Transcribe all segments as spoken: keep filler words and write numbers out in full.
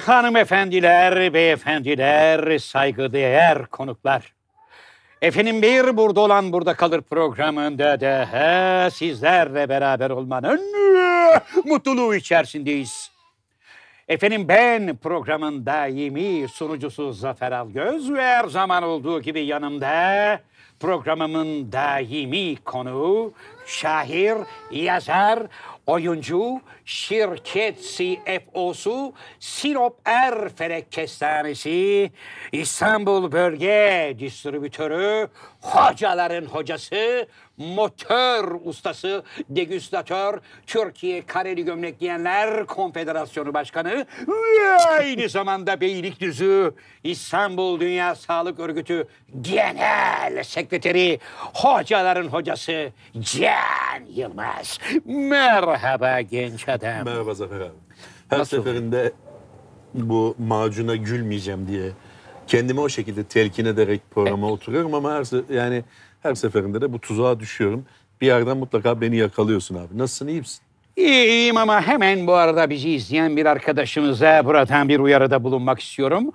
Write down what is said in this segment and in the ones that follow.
hanımefendiler, beyefendiler, saygıdeğer konuklar. Efendim bir burada olan burada kalır programında da he, sizlerle beraber olmanın mutluluğu içerisindeyiz. Efendim ben programın daimi sunucusu Zafer Algöz ve her zaman olduğu gibi yanımda programımın daimi konuğu, şair, yazar, oyuncu, şirket C F O'su, Sinop Erfelek Kestanesi, İstanbul Bölge Distribütörü, hocaların hocası, motor ustası, degüstatör, Türkiye Kareli Gömlek Giyenler Konfederasyonu Başkanı ve aynı zamanda Beylikdüzü İstanbul Dünya Sağlık Örgütü Genel Sekreteri, hocaların hocası Can Yılmaz. Merhaba genç adam. Merhaba Zafer abi. Her Nasıl? seferinde bu macuna gülmeyeceğim diye kendimi o şekilde telkin ederek programa evet. oturuyorum ama her se- yani her seferinde de bu tuzağa düşüyorum. Bir yerden mutlaka beni yakalıyorsun abi. Nasılsın, iyi misin? İyiyim ama hemen bu arada bizi izleyen bir arkadaşımıza buradan bir uyarıda bulunmak istiyorum.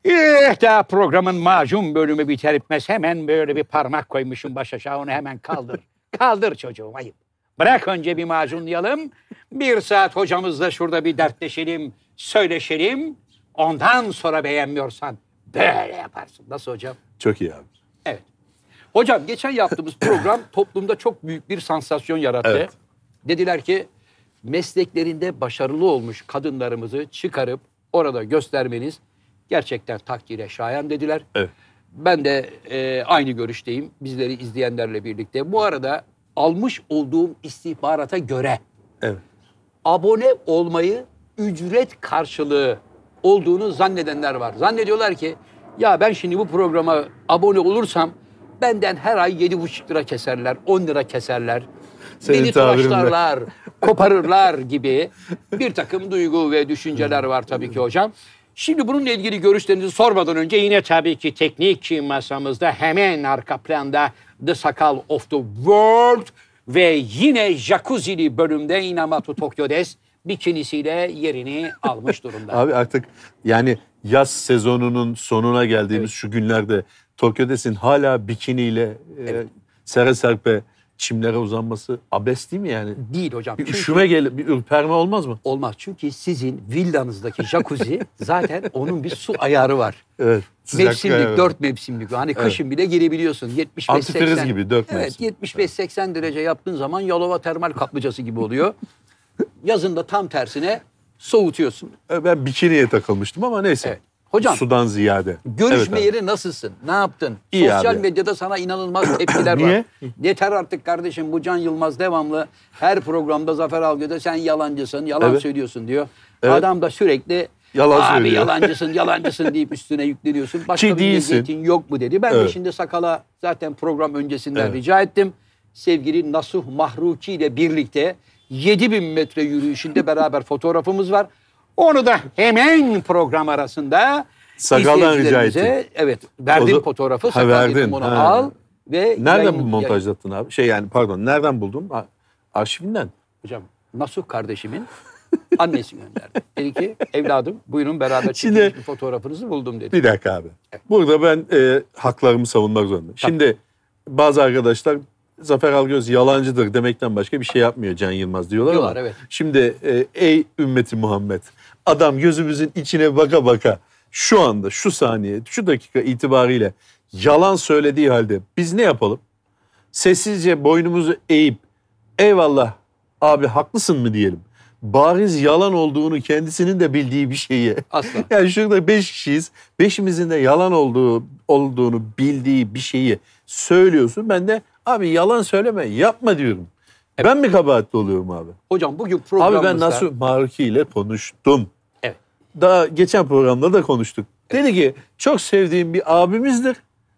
Eh, daha programın macun bölümü biter bitmez hemen böyle bir parmak koymuşum baş aşağı, onu hemen kaldır. Kaldır çocuğum, ayıp. Bırak önce bir macunlayalım. Bir saat hocamızla şurada bir dertleşelim, söyleşelim. Ondan sonra beğenmiyorsan böyle yaparsın. Nasıl hocam? Çok iyi abi. Evet. Hocam geçen yaptığımız program toplumda çok büyük bir sansasyon yarattı. Evet. Dediler ki mesleklerinde başarılı olmuş kadınlarımızı çıkarıp orada göstermeniz gerçekten takdire şayan dediler. Evet. Ben de e, aynı görüşteyim bizleri izleyenlerle birlikte. Bu arada almış olduğum istihbarata göre Evet. abone olmayı ücret karşılığı olduğunu zannedenler var. Zannediyorlar ki ya ben şimdi bu programa abone olursam benden her ay yedi buçuk lira keserler, on lira keserler. Senin Beni tıraşlarlar, koparırlar gibi bir takım duygu ve düşünceler var tabii ki hocam. Şimdi bununla ilgili görüşlerinizi sormadan önce yine tabii ki teknik masamızda hemen arka planda The Sakal of the World ve yine jacuzzi'li bölümde Inamatu Tokyo'des bikinisiyle yerini almış durumda. Abi artık yani yaz sezonunun sonuna geldiğimiz Evet. şu günlerde Tokyo'desin hala bikiniyle Evet. e, sere serpe çimlere uzanması abes değil mi yani? Değil hocam. Bir Çünkü üşüme gel, bir ürperme olmaz mı? olmaz. Çünkü sizin villanızdaki jacuzzi zaten onun bir su ayarı var. Evet. Mevsimlik, ayarı. dört mevsimlik. Hani kışın bile girebiliyorsun. yetmiş beş Antifriz seksen gibi dört Evet, mevsim. yetmiş beş seksen derece yaptığın zaman Yalova termal kaplıcası gibi oluyor. Yazın da tam tersine soğutuyorsun. E, Ben bikiniye takılmıştım ama neyse. Evet. Hocam, sudan ziyade. Görüşme Evet abi. yeri nasılsın? Ne yaptın? İyi Sosyal abi. medyada sana inanılmaz tepkiler Niye? var. Yeter artık kardeşim, bu Can Yılmaz devamlı her programda Zafer Algö'de sen yalancısın, yalan Evet. söylüyorsun diyor. Evet. Adam da sürekli Yalan abi söylüyor. yalancısın, yalancısın deyip üstüne yükleniyorsun. Başka Ki bir değilsin. meziyetin yok mu dedi. Ben de Evet. şimdi Sakal'a zaten program öncesinden Evet. rica ettim. Sevgili Nasuh Mahruki ile birlikte yedi bin metre yürüyüşünde beraber fotoğrafımız var. Onu da hemen program arasında Sakal'dan rica İzleyicilerimize, ettim. evet, verdim O da- fotoğrafı. Ha, Sakal verdin, dedim, onu ha. al ve Nereden yayın- bu montajlattın abi? Şey yani pardon nereden buldun? Ha, arşivinden. Hocam Nasuh kardeşimin annesi gönderdi. Dedi ki evladım buyurun beraber Şimdi- çekilmiş bir fotoğrafınızı buldum dedi. Bir dakika abi. Burada ben e, haklarımı savunmak zorundayım. Şimdi bazı arkadaşlar Zafer Algöz yalancıdır demekten başka bir şey yapmıyor Can Yılmaz diyorlar, Diyorlar, ama evet. şimdi e, ey ümmeti Muhammed, adam gözümüzün içine baka baka şu anda şu saniye şu dakika itibariyle yalan söylediği halde biz ne yapalım? Sessizce boynumuzu eğip eyvallah abi haklısın mı diyelim? Bariz yalan olduğunu kendisinin de bildiği bir şeyi. Asla. Yani şurada beş kişiyiz. Beşimizin de yalan olduğu olduğunu bildiği bir şeyi söylüyorsun. Ben de abi yalan söyleme, yapma diyorum. Ben mi kabahatli oluyorum abi? Hocam bugün programımızda... Abi ben Nasuh Mahruki ile konuştum. Evet. Daha geçen programda da konuştuk. Dedi ki çok sevdiğim bir abimizdir.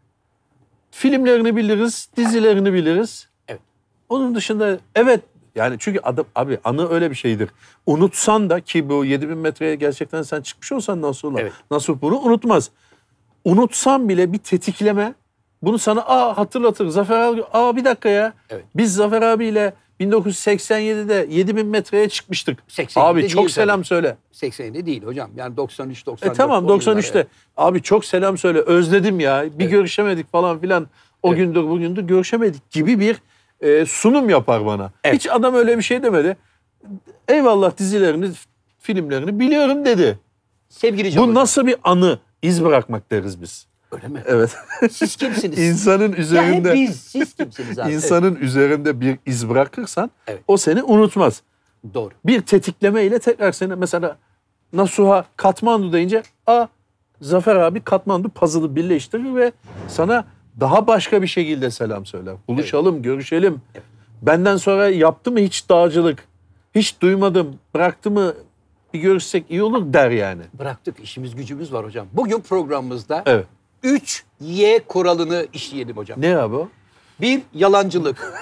Filmlerini biliriz, dizilerini biliriz. Evet. Onun dışında evet yani çünkü adam, abi anı öyle bir şeydir. Unutsan da ki bu yedi bin metreye gerçekten sen çıkmış olsan Nasuh'la. Evet. Nasuh bunu unutmaz. Unutsan bile bir tetikleme bunu sana aa hatırlatır. Zafer abi aa bir dakika ya. Evet. Biz Zafer abiyle bin dokuz yüz seksen yedide yedi bin metreye çıkmıştık. seksen yedide Abi çok selam tabii. söyle. seksen yedi değil hocam. Yani doksan üç doksan dört. E tamam doksan üçte. Evet. Abi çok selam söyle. Özledim ya. Bir Evet. görüşemedik falan filan. O Evet. gündür bugündür görüşemedik gibi bir e, sunum yapar bana. Evet. Hiç adam öyle bir şey demedi. Eyvallah dizilerini, filmlerini biliyorum dedi. Sevgili Can Bu hocam. nasıl bir anı? İz bırakmak deriz biz. Öyle mi? Evet. Siz kimsiniz? İnsanın Ya üzerinde hep biz. Siz kimsiniz abi? insanın üzerinde bir iz bırakırsan Evet. o seni unutmaz. Evet, doğru. Bir tetikleme ile tekrar seni mesela Nasuha Katmandu deyince a Zafer abi Katmandu puzzle'ı birleştirir ve sana daha başka bir şekilde selam söyler. Buluşalım, görüşelim. Evet. Benden sonra yaptı mı hiç dağcılık? Hiç duymadım. Bıraktı mı bir görüşsek iyi olur der yani. Bıraktık. İşimiz gücümüz var hocam. Bugün programımızda Evet. üç Y kuralını işleyelim hocam. Ne abi o? Bir, yalancılık.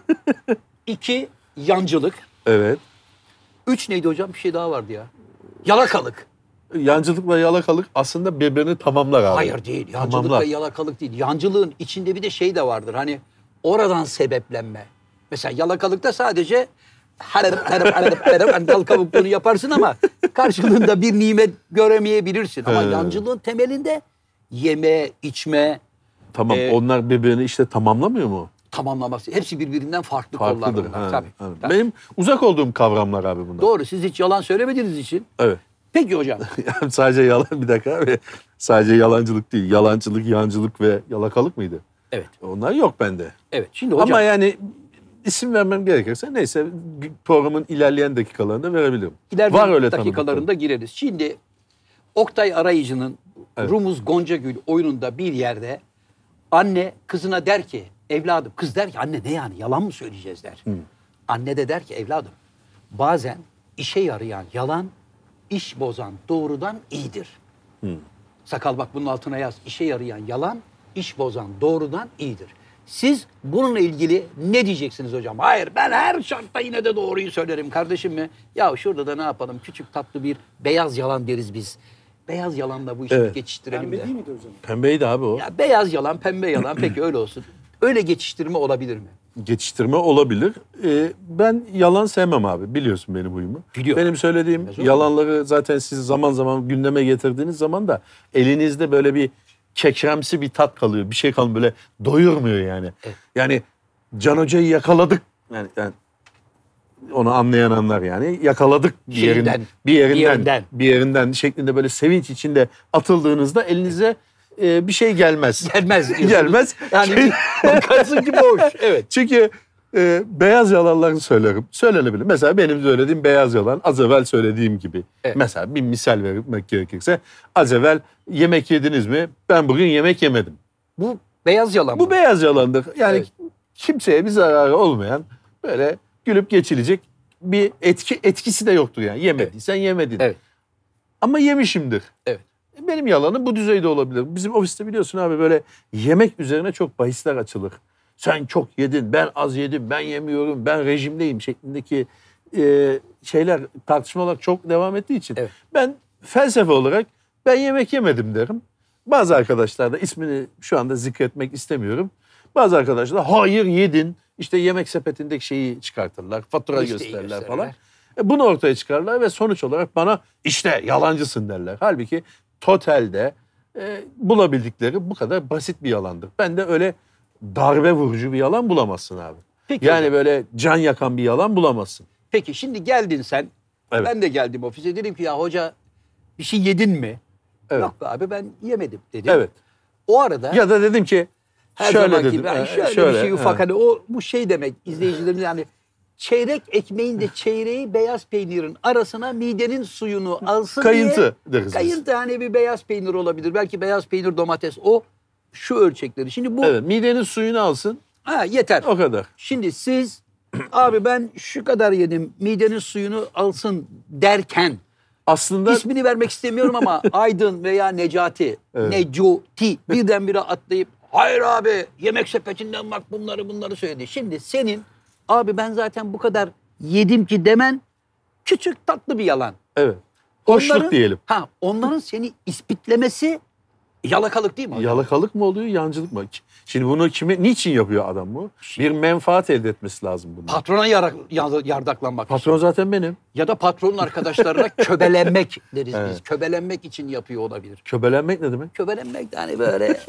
İki, yancılık. Evet. Üç neydi hocam? Bir şey daha vardı ya. Yalakalık. Yancılıkla yalakalık aslında birbirini tamamlar abi. Hayır değil. Yancılık Tamamlar. ve yalakalık değil. Yancılığın içinde bir de şey de vardır. Hani oradan sebeplenme. Mesela yalakalıkta sadece harap harap harap harap hani dal kabukluğunu yaparsın ama karşılığında bir nimet göremeyebilirsin. Ama He. yancılığın temelinde yeme, içme, Tamam Ee, onlar birbirini işte tamamlamıyor mu? tamamlaması. Hepsi birbirinden farklı, Farklıdır. kollar bunlar. Ha, Tabii, anladım. tabii. Benim uzak olduğum kavramlar abi bunlar. Doğru. Siz hiç yalan söylemediğiniz için. Evet. Peki hocam. Yani sadece yalan bir dakika abi. Sadece yalancılık değil. Yalancılık, yancılık ve yalakalık mıydı? Evet. Onlar yok bende. Evet. Şimdi hocam. Ama yani isim vermem gerekirse neyse programın ilerleyen dakikalarında verebilirim. İlerleyen Var öyle dakikalarında gireriz. Şimdi Oktay Arayıcı'nın Evet. Rumuz Goncagül oyununda bir yerde anne kızına der ki evladım, kız der ki anne ne yani yalan mı söyleyeceğiz der. Anne de der ki evladım bazen işe yarayan yalan iş bozan doğrudan iyidir. Sakal bak bunun altına yaz. İşe yarayan yalan iş bozan doğrudan iyidir. Siz bununla ilgili ne diyeceksiniz hocam? Hayır ben her şartta yine de doğruyu söylerim kardeşim mi? Ya şurada da ne yapalım? Küçük tatlı bir beyaz yalan deriz biz. Beyaz yalanla bu işi Evet. geçiştirelim Pembe de. değil miydi hocam? Pembeydi abi o. Ya beyaz yalan, pembe yalan peki öyle olsun. Öyle geçiştirme olabilir mi? Geçiştirme olabilir. Ee, ben yalan sevmem abi. Biliyorsun benim huyumu. Biliyorum. Benim söylediğim Bilmez olur mu? yalanları zaten siz zaman zaman gündeme getirdiğiniz zaman da elinizde böyle bir kekremsi bir tat kalıyor. Bir şey kalmıyor böyle doyurmuyor yani. Evet. Yani Can Hoca'yı yakaladık. Yani, yani onu anlayan anlar yani. Yakaladık bir Şeyinden, yerinden, bir yerinden, bir yerinden. bir yerinden şeklinde böyle sevinç içinde atıldığınızda elinize e, bir şey gelmez. Gelmez diyorsunuz. Gelmez. Yani Şey- bakarsın ki boş. Evet. Çünkü e, beyaz yalanları söylerim. Söylenebilir. Mesela benim söylediğim beyaz yalan az evvel söylediğim gibi. Evet. Mesela bir misal vermek gerekirse az evvel yemek yediniz mi? Ben bugün yemek yemedim. Bu beyaz yalan Bu mı? beyaz yalandır. Yani Evet. kimseye bir zararı olmayan böyle gülüp geçilecek bir etki etkisi de yoktur yani. Yemediysen yemedin. Evet. Ama yemişimdir. Evet. Benim yalanım bu düzeyde olabilir. Bizim ofiste biliyorsun abi böyle yemek üzerine çok bahisler açılır. Sen çok yedin, ben az yedim, ben yemiyorum, ben rejimdeyim şeklindeki e, şeyler, tartışmalar çok devam ettiği için. Evet. Ben felsefe olarak ben yemek yemedim derim. Bazı arkadaşlar da ismini şu anda zikretmek istemiyorum. Bazı arkadaşlar hayır yedin, işte yemek sepetindeki şeyi çıkartırlar, fatura Listeyi gösterirler gösterirler. falan. E, bunu ortaya çıkarlar ve sonuç olarak bana işte yalancısın derler. Halbuki totalde e, bulabildikleri bu kadar basit bir yalandır. Ben de öyle darbe vurucu bir yalan bulamazsın abi. Peki yani hocam. böyle can yakan bir yalan bulamazsın. Peki şimdi geldin sen. Evet. Ben de geldim ofise. Dedim ki ya hoca bir şey yedin mi? Evet. Yok be abi ben yemedim dedim. Evet. O arada Ya da dedim ki her şöyle zamanki dedim. ben e, şöyle, bir şey e, ufak hani o bu şey demek izleyicilerimiz yani çeyrek ekmeğin de çeyreği beyaz peynirin arasına midenin suyunu alsın Kayıntı diye. deriz biz. Kayıntı hani bir beyaz peynir olabilir. Belki beyaz peynir domates o şu ölçekleri. Şimdi bu Evet, midenin suyunu alsın ha, yeter. o kadar. Şimdi siz abi ben şu kadar yedim midenin suyunu alsın derken Aslında ismini vermek istemiyorum ama Aydın veya Necati, Evet. Necati birdenbire atlayıp hayır abi yemek sepetinden bak bunları bunları söyledi. Şimdi senin abi ben zaten bu kadar yedim ki demen küçük tatlı bir yalan. evet. Hoşluk Onların- diyelim. Ha onların seni ispitlemesi Yalakalık değil mi? Yalakalık mı oluyor, yancılık mı? Şimdi bunu kime, niçin yapıyor adam bu? Bir menfaat elde etmesi lazım bunun. Patrona yarak, yardaklanmak Patron için. zaten benim. Ya da patronun arkadaşlarına köbelenmek deriz Evet. biz. Köbelenmek için yapıyor olabilir. Köbelenmek ne demek? Köbelenmek de hani böyle...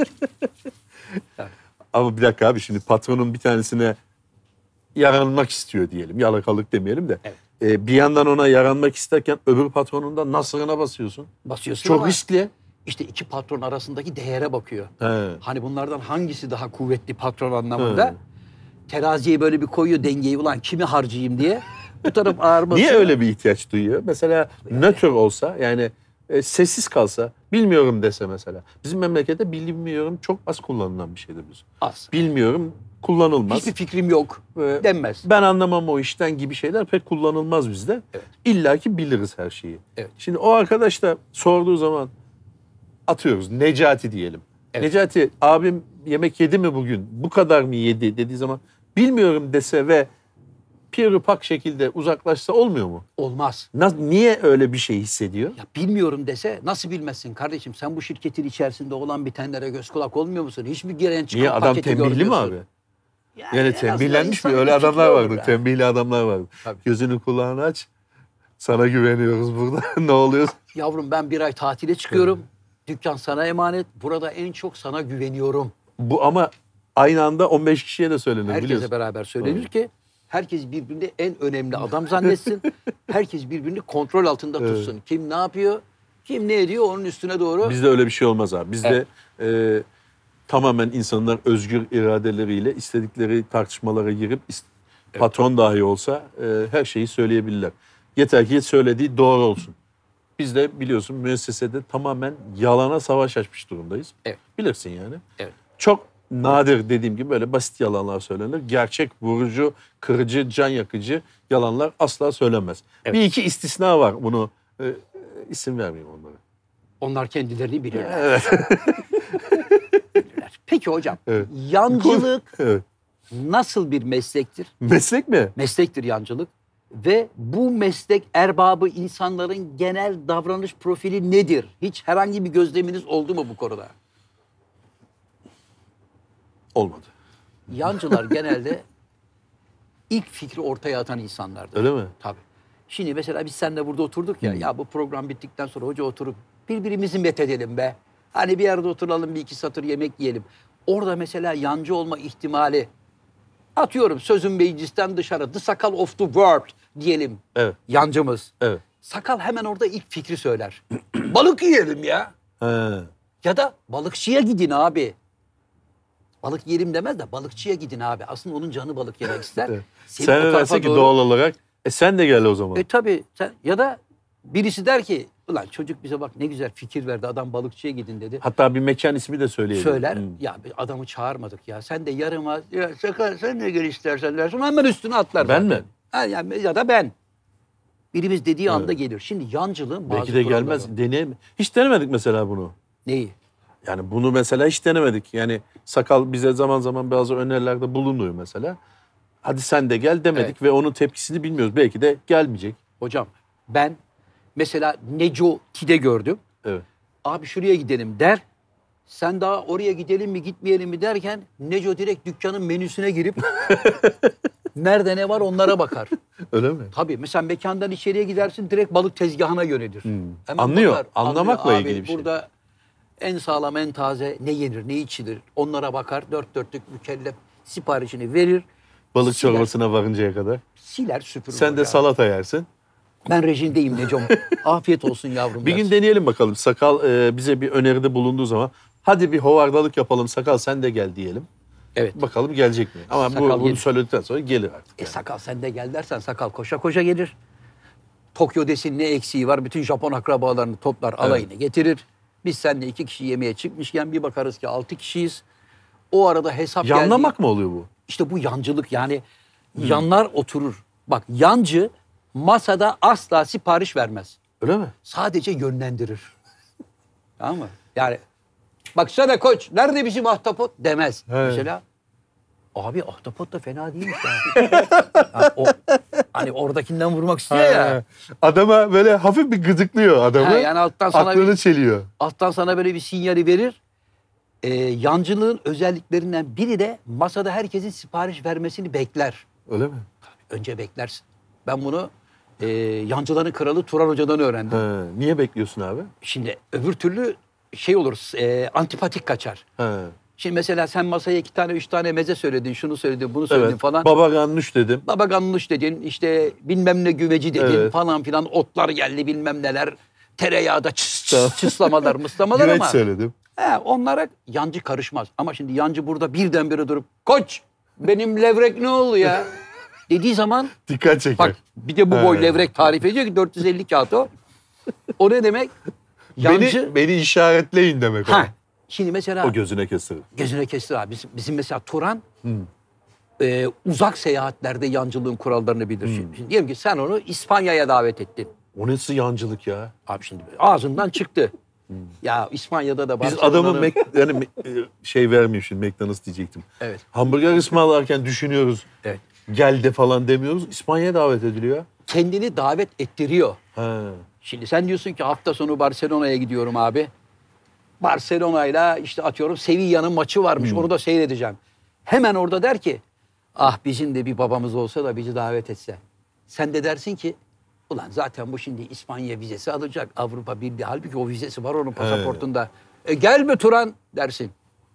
Ama bir dakika abi, şimdi patronun bir tanesine yaranmak istiyor diyelim. Yalakalık demeyelim de. Evet. Ee, bir yandan ona yaranmak isterken öbür patronun da nasırına basıyorsun. Basıyorsun Çok ama riskli. işte iki patron arasındaki değere bakıyor. He. Hani bunlardan hangisi daha kuvvetli patron anlamında? He. Teraziye böyle bir koyuyor dengeyi. Ulan kimi harcayayım diye. Bu taraf ağır basıyor. Niye öyle bir ihtiyaç duyuyor? Mesela nötr olsa, yani e, sessiz kalsa, bilmiyorum dese mesela. Bizim memlekette bilmiyorum çok az kullanılan bir şeydir biz. Az. Bilmiyorum kullanılmaz. Hiçbir fikrim yok Ee, denmez. Ben anlamam o işten gibi şeyler pek kullanılmaz bizde. Evet. İlla ki biliriz her şeyi. Evet. Şimdi o arkadaş da sorduğu zaman atıyoruz. Necati diyelim. Evet. Necati, abim yemek yedi mi bugün? Bu kadar mı yedi dediği zaman bilmiyorum dese ve piripak şekilde uzaklaşsa olmuyor mu? Olmaz. Na- niye öyle bir şey hissediyor? Ya bilmiyorum dese nasıl bilmezsin kardeşim? Sen bu şirketin içerisinde olan bitenlere göz kulak olmuyor musun? Hiçbir giren çıkan Niye, adam paketi tembihli mi görmüyorsun. abi? Yani, Yani en tembihlenmiş mi? azından Öyle insanın bir adamlar fikri vardı. olur ha. Tembihli adamlar vardı. Tabii. Gözünü kulağını aç. Sana güveniyoruz burada. Ne oluyor? Yavrum ben bir ay tatile çıkıyorum. Dükkan sana emanet. Burada en çok sana güveniyorum. Bu ama aynı anda on beş kişiye de söylenir, Herkese biliyorsun. beraber söylenir Evet. ki herkes birbirini en önemli adam zannetsin. Herkes birbirini kontrol altında Evet. tutsun. Kim ne yapıyor, kim ne ediyor onun üstüne doğru. Bizde öyle bir şey olmaz abi. Bizde e, tamamen insanlar özgür iradeleriyle istedikleri tartışmalara girip ist- patron dahi olsa e, her şeyi söyleyebilirler. Yeter ki söylediği doğru olsun. Biz de biliyorsun müessesede tamamen yalana savaş açmış durumdayız. Evet. Bilirsin yani. Evet. Çok nadir dediğim gibi böyle basit yalanlar söylenir. Gerçek, vurucu, kırıcı, can yakıcı yalanlar asla söylenmez. Evet. Bir iki istisna var, bunu e, isim vermeyeyim onlara. Onlar kendilerini bilirler. Evet. Bilirler. Peki hocam, Evet. yancılık Evet. nasıl bir meslektir? Meslek mi? Meslektir yancılık. Ve bu meslek erbabı insanların genel davranış profili nedir? Hiç herhangi bir gözleminiz oldu mu bu konuda? Olmadı. Yancılar genelde ilk fikri ortaya atan insanlardır. Öyle mi? Tabii. Şimdi mesela biz seninle burada oturduk ya, ya bu program bittikten sonra hoca oturup birbirimizi met edelim be. Hani bir yerde oturalım, bir iki satır yemek yiyelim. Orada mesela yancı olma ihtimali, atıyorum sözün meclisten dışarı, the sakal of the world diyelim, Evet. yancımız. Evet. Sakal hemen orada ilk fikri söyler. Balık yiyelim ya. He. Ya da balıkçıya gidin abi. Balık yiyelim demez de balıkçıya gidin abi. Aslında onun canı balık yemek ister. Evet. Senin Sen o de tarafa dersin ki doğru- doğal olarak e sen de gel o zaman. E tabii sen, ya da birisi der ki ulan çocuk bize bak ne güzel fikir verdi, adam balıkçıya gidin dedi. Hatta bir mekan ismi de söyleyelim. Söyler Hı. ya adamı çağırmadık ya, sen de yarıma ya sakal sen ne gel istersen dersin, hemen üstüne atlar Ben zaten. mi? Ha, yani, ya da ben. Birimiz dediği anda gelir. Şimdi yancılığın bazı Belki de kuralları gelmez. var. Deneyelim. Hiç denemedik mesela bunu. Neyi? Yani bunu mesela hiç denemedik. Yani Sakal bize zaman zaman bazı önerilerde bulunuyor mesela. Hadi sen de gel demedik Evet. ve onun tepkisini bilmiyoruz. Belki de gelmeyecek. Hocam ben mesela Neco Tide gördüm. Evet. Abi şuraya gidelim der. Sen daha oraya gidelim mi gitmeyelim mi derken Neco direkt dükkanın menüsüne girip nerede ne var onlara bakar. Öyle mi? Tabii mesela mekandan içeriye gidersin direkt balık tezgahına yönelir. Hmm. Anlıyor, anlamakla Abi, ilgili bir şey. Burada en sağlam en taze ne yenir ne içilir onlara bakar. Dört dörtlük mükellef siparişini verir. Balık Siler. çorbasına varıncaya kadar. Siler süpürür. Sen de ya. salata yersin. Ben rejimdeyim Necom. Afiyet olsun yavrum. Bir gün dersin. deneyelim bakalım. Sakal e, bize bir öneride bulunduğu zaman hadi bir hovardalık yapalım, Sakal sen de gel diyelim. Evet. Bakalım gelecek mi? Ama Sakal bu, bunu gelir. söyledikten sonra gelir artık. E yani. sakal sen de gel dersen sakal koşa koşa gelir. Tokyo desin ne eksiği var, bütün Japon akrabalarını toplar, alayını getirir. Biz seninle iki kişi yemeğe çıkmışken bir bakarız ki altı kişiyiz. O arada hesap geldi. Yanlamak mı oluyor bu? İşte bu yancılık, yani yanlar oturur. Bak yancı masada asla sipariş vermez. Öyle mi? Sadece yönlendirir. Tamam mı? Yani baksana koç nerede bizim ahtapot demez. Evet. Mesela Abi ahtapot da fena değilmiş ya. Yani o, hani oradakinden vurmak istiyor ya. Adama böyle hafif bir gıdıklıyor adamı. Ha, yani alttan sana aklını bir, çeliyor. Alttan sana böyle bir sinyali verir. Ee, yancılığın özelliklerinden biri de masada herkesin sipariş vermesini bekler. Öyle mi? Önce beklersin. Ben bunu e, yancıların kralı Turan Hoca'dan öğrendim. Ha, niye bekliyorsun abi? Şimdi öbür türlü şey olur, e, antipatik kaçar. Ha. Şimdi mesela sen masaya iki tane, üç tane meze söyledin, şunu söyledin, bunu söyledin Evet. falan. Baba gannuş dedim. Baba gannuş dedin, işte bilmem ne güveci dedin Evet. falan filan. Otlar geldi bilmem neler. Tereyağda çıs çıs çıslamalar, mıslamalar Güveç ama. söyledim. He, onlara yancı karışmaz. Ama şimdi yancı burada birdenbire durup koç benim levrek ne oldu ya dediği zaman Dikkat çeker. bak bir de bu boy He. levrek tarif ediyor ki dört yüz elli kağıt o. O ne demek? Yancı. Beni, beni işaretleyin demek o. Ha. Şimdi mesela O gözüne kestirir. gözüne kestir abi. Bizim, bizim mesela Turan e, uzak seyahatlerde yancılığın kurallarını bilir. Şimdi, şimdi diyelim ki sen onu İspanya'ya davet ettin. O nasıl yancılık ya? Abi şimdi ağzından çıktı. Ya İspanya'da da Biz Barcelona'nın- adamın Mac, yani me- şey vermeyeyim şimdi McDonald's diyecektim. Evet. Hamburger ısmarlarken düşünüyoruz. Evet. Gel de falan demiyoruz. İspanya'ya davet ediliyor. Kendini davet ettiriyor. Ha. Şimdi sen diyorsun ki hafta sonu Barcelona'ya gidiyorum abi. Barcelona'yla işte atıyorum Sevilla'nın maçı varmış. Onu da seyredeceğim. Hemen orada der ki ah bizim de bir babamız olsa da bizi davet etse. Sen de dersin ki ulan zaten bu şimdi İspanya vizesi alacak. Avrupa Birliği. Halbuki o vizesi var onun pasaportunda. E gel be Turan dersin.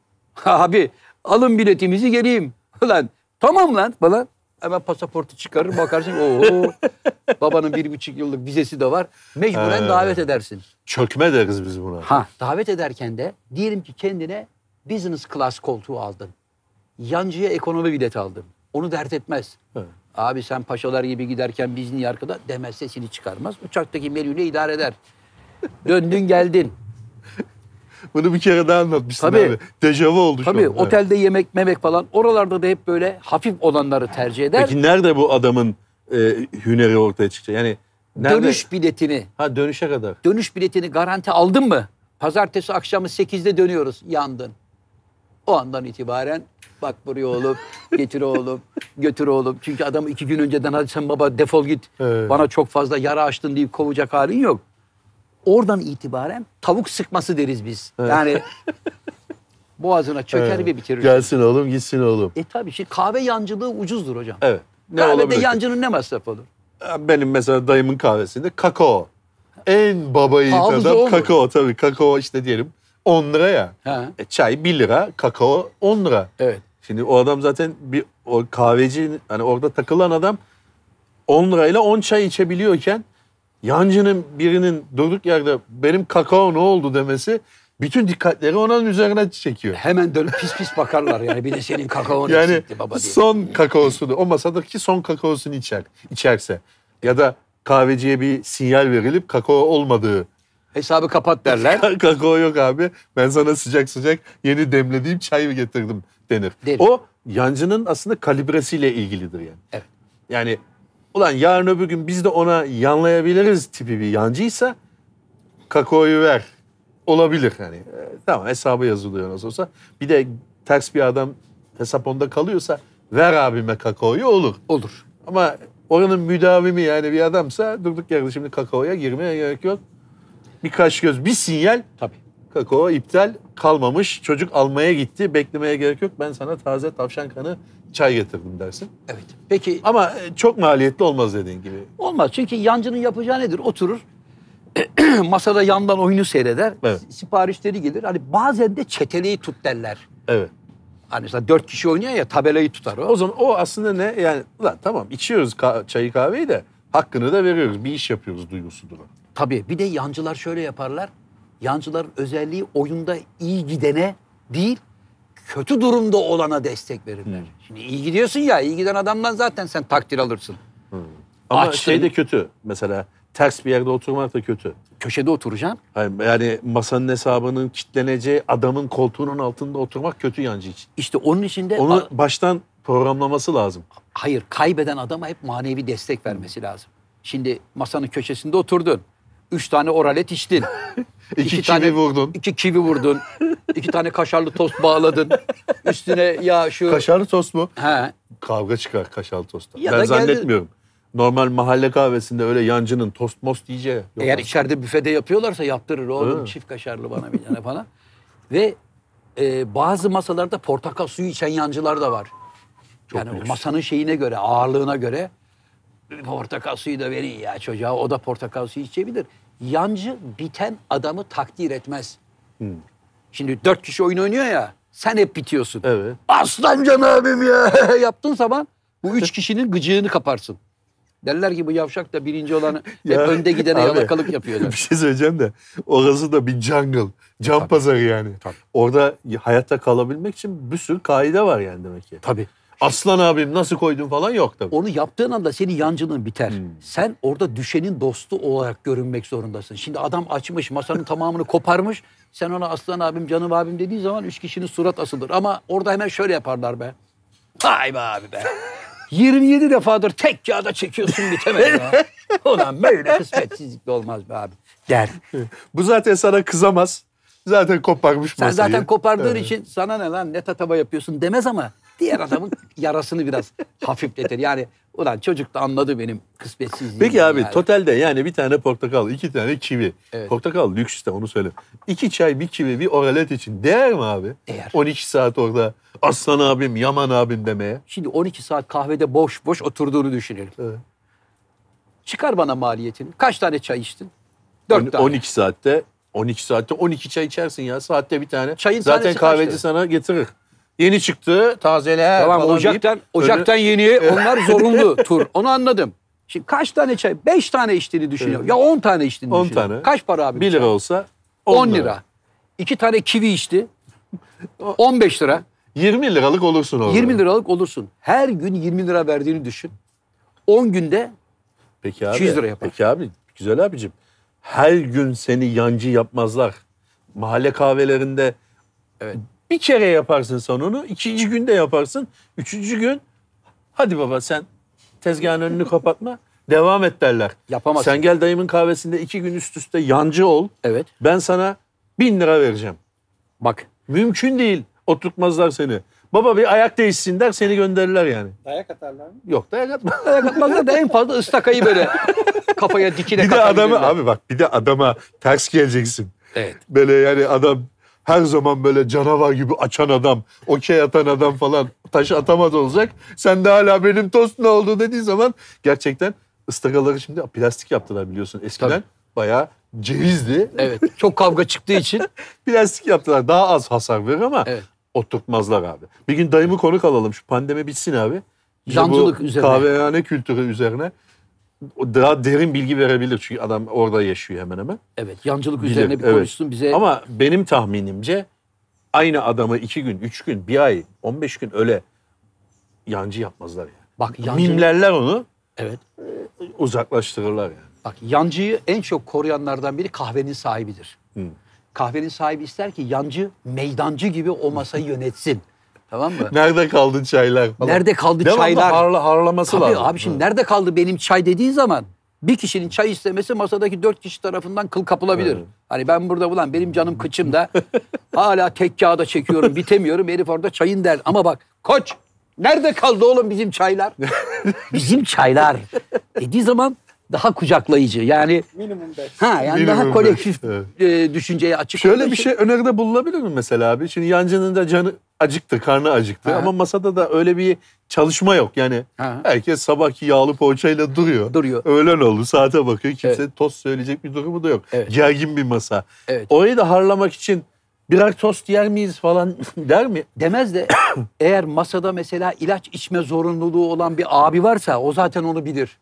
Abi alın biletimizi geleyim. Ulan tamam lan falan. Hemen pasaportu çıkarır bakarsın. Oo, babanın bir buçuk yıllık vizesi de var. Mecburen He. davet edersin. Çökme deriz biz buna. Ha davet ederken de diyelim ki kendine business class koltuğu aldın. Yancıya ekonomi bileti aldın. Onu dert etmez. He. Abi sen paşalar gibi giderken biz niye arkada demez, sesini çıkarmaz. Uçaktaki menüyle idare eder. Döndün geldin. Bunu bir kere daha anlatmıştın Tabii. abi. Dejavu oldu Tabii şu an. otelde yemek memek falan oralarda da hep böyle hafif olanları tercih eder. Peki nerede bu adamın e, hüneri ortaya çıkacak? Yani nerede? Dönüş biletini, Ha dönüşe kadar. dönüş biletini garanti aldın mı? Pazartesi akşamı sekizde dönüyoruz. Yandın. O andan itibaren bak buraya oğlum, getir oğlum, götür oğlum. Çünkü adamı iki gün önceden hadi sen baba defol git. Evet. Bana çok fazla yara açtın deyip kovacak halin yok. Oradan itibaren tavuk sıkması deriz biz. Yani boğazına çöker Evet. ve bitirir. Gelsin oğlum gitsin oğlum. E tabii şimdi kahve yancılığı ucuzdur hocam. Evet. Ne Kahvede olabilir ki? yancının ne masrafı olur? Benim mesela dayımın kahvesinde kakao. En baba yiğit Pahalısı o adam mu? kakao tabii. Kakao işte diyelim on lira ya. Ha. E, çay bir lira, kakao on lira. Evet. Şimdi o adam zaten bir o kahveci hani orada takılan adam on lirayla on çay içebiliyorken yancının birinin durduk yerde benim kakao ne oldu demesi bütün dikkatleri onun üzerine çekiyor. Hemen dönüp pis pis bakarlar yani bir de senin kakaon Yani eksikti baba diye. son kakaosunu o masadaki son kakaosunu içer içerse ya da kahveciye bir sinyal verilip kakao olmadığı Hesabı kapat derler. kakao yok abi ben sana sıcak sıcak yeni demlediğim çay getirdim denir. Denir. O yancının aslında kalibresiyle ilgilidir yani. Evet. Yani ulan yarın öbür gün biz de ona yanlayabiliriz tipi bir yancıysa kakaoyu ver. Olabilir hani. E, tamam hesabı yazılıyor nasıl olsa. Bir de ters bir adam hesap onda kalıyorsa ver abime kakaoyu olur. Olur. Ama oranın müdavimi yani bir adamsa durduk yerde şimdi kakaoya girmeye gerek yok. Birkaç göz bir sinyal Tabii. kakao iptal kalmamış. Çocuk almaya gitti. Beklemeye gerek yok. Ben sana taze tavşan kanı çay getirdim dersin. Evet. Peki Ama e, çok maliyetli olmaz dediğin gibi. olmaz çünkü yancının yapacağı nedir? Oturur masada yandan oyunu seyreder. Evet. Siparişleri gelir. Hani bazen de çeteleyi tut derler. Evet. Hani mesela dört kişi oynuyor ya tabelayı tutar o. O zaman o aslında ne? Yani ulan tamam içiyoruz ka- çayı kahveyi de hakkını da veriyoruz. Bir iş yapıyoruz duygusudur o. Tabii bir de yancılar şöyle yaparlar. Yancıların özelliği oyunda iyi gidene değil, kötü durumda olana destek verirler. Şimdi iyi gidiyorsun ya, iyi giden adamdan zaten sen takdir alırsın. Ama Açtın. şey de kötü. Mesela ters bir yerde oturmak da kötü. Köşede oturacaksın. Yani, yani masanın hesabının kitleneceği adamın koltuğunun altında oturmak kötü yancı için. İşte onun için de Onu a- baştan programlaması lazım. hayır kaybeden adama hep manevi destek vermesi lazım. Şimdi masanın köşesinde oturdun. Üç tane oralet içtin. İki, iki kivi tane, vurdun. İki kivi vurdun. iki tane kaşarlı tost bağladın. Üstüne ya şu... Kaşarlı tost mu? He. Kavga çıkar kaşarlı tostta. Ya ben da zannetmiyorum. Geldi... Normal mahalle kahvesinde öyle yancının tost most diyeceği yok. Eğer aslında. içeride büfede yapıyorlarsa yaptırır oğlum Hı. çift kaşarlı bana bir tane falan. Ve e, bazı masalarda portakal suyu içen yancılar da var. Çok yani lüks. masanın şeyine göre, ağırlığına göre portakal suyu da verin ya çocuğa. O da portakal suyu içebilir. Yancı biten adamı takdir etmez. Hmm. Şimdi dört kişi oyun oynuyor ya, sen hep bitiyorsun. Evet. Aslan Can abim ya yaptığın zaman bu üç kişinin gıcığını kaparsın. Derler ki bu yavşak da birinci olanı hep önde gidene abi, yalakalık yapıyorlar. Bir şey söyleyeceğim de orası da bir jungle. Can Tabii. pazarı yani. Tabii. Orada hayatta kalabilmek için bir sürü kaide var yani demek ki. Tabii. Aslan abim nasıl koydun falan yok tabii. Onu yaptığın anda senin yancılığın biter. Hmm. Sen orada düşenin dostu olarak görünmek zorundasın. Şimdi adam açmış, masanın tamamını koparmış. Sen ona aslan abim, canım abim dediği zaman üç kişinin surat asılır. Ama orada hemen şöyle yaparlar be. Vay be abi be. yirmi yedi defadır tek kağıda çekiyorsun bitemedi ya. Ulan böyle kısmetsizlik de olmaz be abi der. Bu zaten sana kızamaz. Zaten koparmış Sen masayı. zaten kopardığın Evet. için sana ne lan ne tatava yapıyorsun demez ama diğer adamın yarasını biraz hafifletir. Yani ulan çocuk da anladı benim kısmetsizliğimi. Peki abi yani. totalde yani bir tane portakal, iki tane kivi. Evet. Portakal lüks işte onu söyle. İki çay, bir kivi, bir oralet için değer mi abi? Değer. on iki saat orada aslan abim, yaman abim demeye. Şimdi on iki saat kahvede boş boş oturduğunu düşünelim. Evet. Çıkar bana maliyetini. Kaç tane çay içtin? Dört On- tane. on iki saatte, on iki saatte on iki çay içersin ya. Saatte bir tane. Çayın Zaten tanesi kahveci kaçtı? sana getirir. Yeni çıktı, tazeler Tamam falan ocaktan, deyip ocaktan yeni onlar zorunlu tur. Onu anladım. Şimdi kaç tane çay? Beş tane içtiğini düşünüyor. Evet. Ya on tane içtiğini on düşünüyor. tane. Kaç para abi? bir lira olsa on lira. İki tane kivi içti. on beş lira. yirmi liralık olursun orada. yirmi liralık olursun. Her gün yirmi lira verdiğini düşün. on günde Peki abi. iki yüz lira yapar. Peki abi. Güzel abicim. Her gün seni yancı yapmazlar. Mahalle kahvelerinde evet. bir kere yaparsın sen onu. İkinci gün de yaparsın. Üçüncü gün hadi baba sen tezgahın önünü kapatma. Devam et derler. Yapamazsın. Sen gel dayımın kahvesinde iki gün üst üste yancı ol. Evet. Ben sana bin lira vereceğim. Bak. Mümkün değil. Oturtmazlar seni. Baba bir ayak değişsin der seni gönderirler yani. Dayak atarlar mı? Yok dayak atma. Dayak atmazlar da en fazla ıstakayı böyle kafaya dikine Bir de adamı katabilirler. abi bak bir de adama ters geleceksin. Evet. Böyle yani adam her zaman böyle canavar gibi açan adam, okey atan adam falan taş atamaz olacak. Sen de hala benim tost ne oldu dediği zaman gerçekten ıstakaları şimdi plastik yaptılar biliyorsun. Eskiden Tabii. bayağı cevizdi. Evet. Çok kavga çıktığı için. Plastik yaptılar. Daha az hasar verir ama Evet. oturtmazlar abi. Bir gün dayımı konuk alalım. Şu pandemi bitsin abi. Bize Yancılık bu üzerine. kahvehane kültürü üzerine o daha derin bilgi verebilir. Çünkü adam orada yaşıyor hemen hemen. Evet. Yancılık Bilir, üzerine bir evet. konuşsun bize. Ama benim tahminimce aynı adamı iki gün, üç gün, bir ay, on beş gün öyle yancı yapmazlar yani. Bak yancı, Mimlerler onu, evet. uzaklaştırırlar yani. Bak yancıyı en çok koruyanlardan biri kahvenin sahibidir. Hı. Kahvenin sahibi ister ki yancı meydancı gibi o masayı yönetsin. Tamam mı? Nerede kaldı çaylar falan. Nerede kaldı Devamlı çaylar? harla, harlaması Tabii lazım. abi şimdi nerede kaldı benim çay dediğin zaman bir kişinin çay istemesi masadaki dört kişi tarafından kıl kapılabilir. Evet. Hani ben burada ulan benim canım kıçımda hala tek kağıda çekiyorum bitemiyorum herif orada çayın der. Ama bak koç nerede kaldı oğlum bizim çaylar? Bizim çaylar dediği zaman daha kucaklayıcı yani Minimum beş. ha yani Minimum daha beş, kolektif evet. e, düşünceye açık. Şöyle olduğu bir için- şey öneride bulunabilir mi mesela abi? Şimdi yancının da canı acıktı, karnı acıktı Ha. ama masada da öyle bir çalışma yok. Yani Ha. herkes sabahki yağlı poğaçayla duruyor. Duruyor. Öğlen oldu, saate bakıyor. Kimse Evet. tost söyleyecek bir durumu da yok. Evet. Gergin bir masa. Evet. Orayı da harlamak için birer tost yer miyiz falan der mi? Demez de eğer masada mesela ilaç içme zorunluluğu olan bir abi varsa o zaten onu bilir.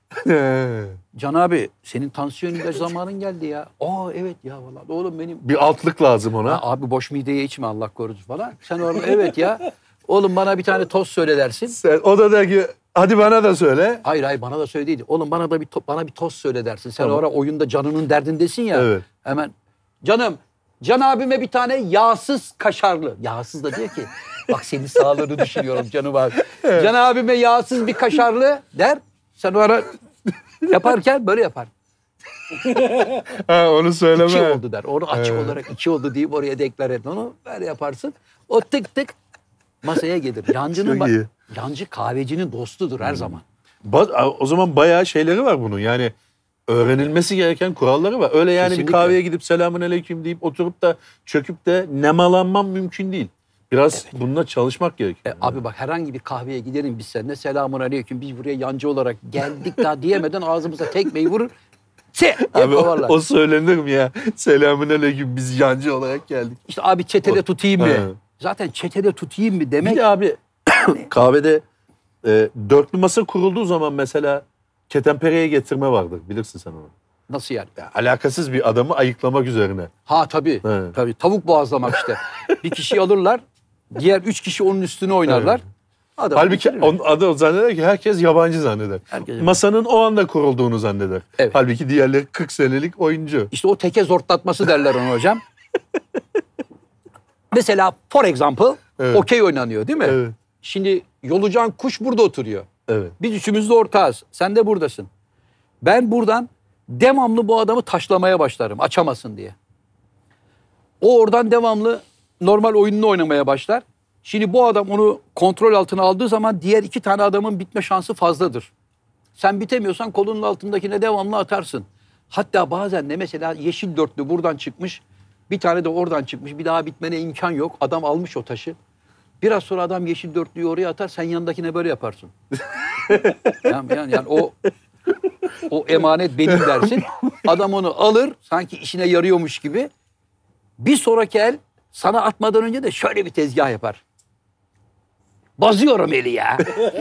Can abi senin tansiyon ilacı zamanın geldi ya. Aa evet ya vallahi oğlum benim. bir altlık lazım ona. Ha, abi boş mideye içme Allah korusun falan. Sen orada evet ya. Oğlum bana bir tane tost söyle dersin. Sen, o da der ki hadi bana da söyle. Hayır hayır bana da söyle değil. Oğlum bana da bir to- bana bir tost söyle dersin. Sen Tamam. orada oyunda canının derdindesin ya. Evet. Hemen canım Can abime bir tane yağsız kaşarlı. Yağsız da diyor ki bak senin sağlığını düşünüyorum canım abi. Can abime yağsız bir kaşarlı der. Sen o ara yaparken böyle yapar. Ha, onu söyleme. İki oldu der. Onu açık Evet. olarak iki oldu deyip oraya deklar et. Onu böyle yaparsın. O tık tık masaya gelir. Yancının Çok ba- iyi. yancı kahvecinin dostudur her zaman. Ba- O zaman bayağı şeyleri var bunun. Yani öğrenilmesi gereken kuralları var. Öyle yani Kesinlikle. bir kahveye gidip selamun aleyküm deyip oturup da çöküp de nemalanmam mümkün değil. Biraz bununla çalışmak gerekiyor. E, abi bak herhangi bir kahveye gidelim biz seninle. Selamun aleyküm. Biz buraya yancı olarak geldik daha diyemeden ağzımıza tekmeyi vurur. Se diye Abi o, kovarlar. o söylenir mi ya? Selamun aleyküm biz yancı olarak geldik. İşte abi çetede tutayım mı? He. Zaten çetede tutayım mı demek. Bir de abi kahvede e, dörtlü masa kurulduğu zaman mesela ketenpereye getirme vardır. Bilirsin sen onu. Nasıl yani? Ya, alakasız bir adamı ayıklamak üzerine. Ha tabii. Evet. Tabii tavuk boğazlamak işte. Bir kişiyi alırlar. Diğer üç kişi onun üstüne oynarlar. Adam Halbuki bitirir. on, adı zanneder ki herkes yabancı zanneder. Herkes- Masanın o anda kurulduğunu zanneder. Evet. Halbuki diğerleri kırk senelik oyuncu. İşte o teke zortlatması derler ona hocam. Mesela for example Evet. okey oynanıyor değil mi? Evet. Şimdi Yolucan Kuş burada oturuyor. Evet. Biz üçümüz de ortağız. Sen de buradasın. Ben buradan devamlı bu adamı taşlamaya başlarım açamasın diye. O oradan devamlı normal oyununu oynamaya başlar. Şimdi bu adam onu kontrol altına aldığı zaman diğer iki tane adamın bitme şansı fazladır. Sen bitemiyorsan kolunun altındakine devamlı atarsın. Hatta bazen de mesela yeşil dörtlü buradan çıkmış, bir tane de oradan çıkmış. Bir daha bitmene imkan yok. Adam almış o taşı. Biraz sonra adam yeşil dörtlüyü oraya atar, sen yanındakine böyle yaparsın. yani, yani, yani o o emanet benim dersin. Adam onu alır, sanki işine yarıyormuş gibi. Bir sonraki el sana atmadan önce de şöyle bir tezgah yapar. Bazıyorum eli ya.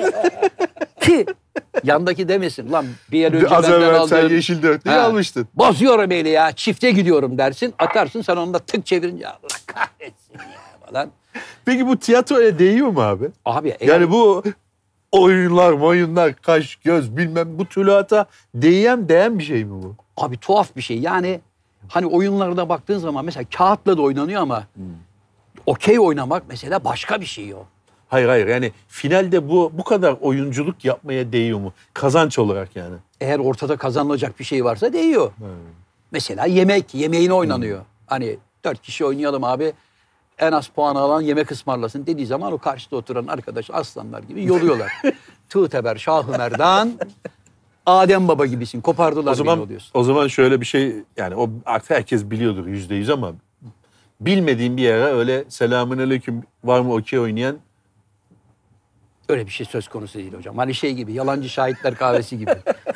Ki yandaki demesin. Lan bir el önce Az benden evvel aldığın... sen yeşil dörtlüyü Ha, almıştın. Bazıyorum eli ya. Çifte gidiyorum dersin. Atarsın, sen onu da tık çevirince Allah kahretsin ya falan. Peki bu tiyatroya değiyor mu abi? Abi eğer- Yani bu oyunlar, oyunlar, kaş, göz bilmem bu tülata değen değen bir şey mi bu? Abi tuhaf bir şey. Yani hani oyunlarda baktığın zaman mesela kağıtla da oynanıyor ama okey oynamak mesela başka bir şey o. Hayır hayır yani finalde bu bu kadar oyunculuk yapmaya değiyor mu? Kazanç olarak yani. Eğer ortada kazanılacak bir şey varsa değiyor. Mesela yemek, yemeğine oynanıyor. Hani dört kişi oynayalım abi. En az puan alan yemek ısmarlasın dediği zaman o karşıda oturan arkadaş aslanlar gibi yoluyorlar. Tuğteber, Şah-ı Merdan, Adem Baba gibisin. Kopardılar O zaman beni oluyorsun. o zaman şöyle bir şey yani o artık herkes biliyordur yüzde yüz ama bilmediğin bir yere öyle selamünaleyküm var mı okey oynayan Öyle bir şey söz konusu değil hocam. Hani şey gibi, yalancı şahitler kahvesi gibi.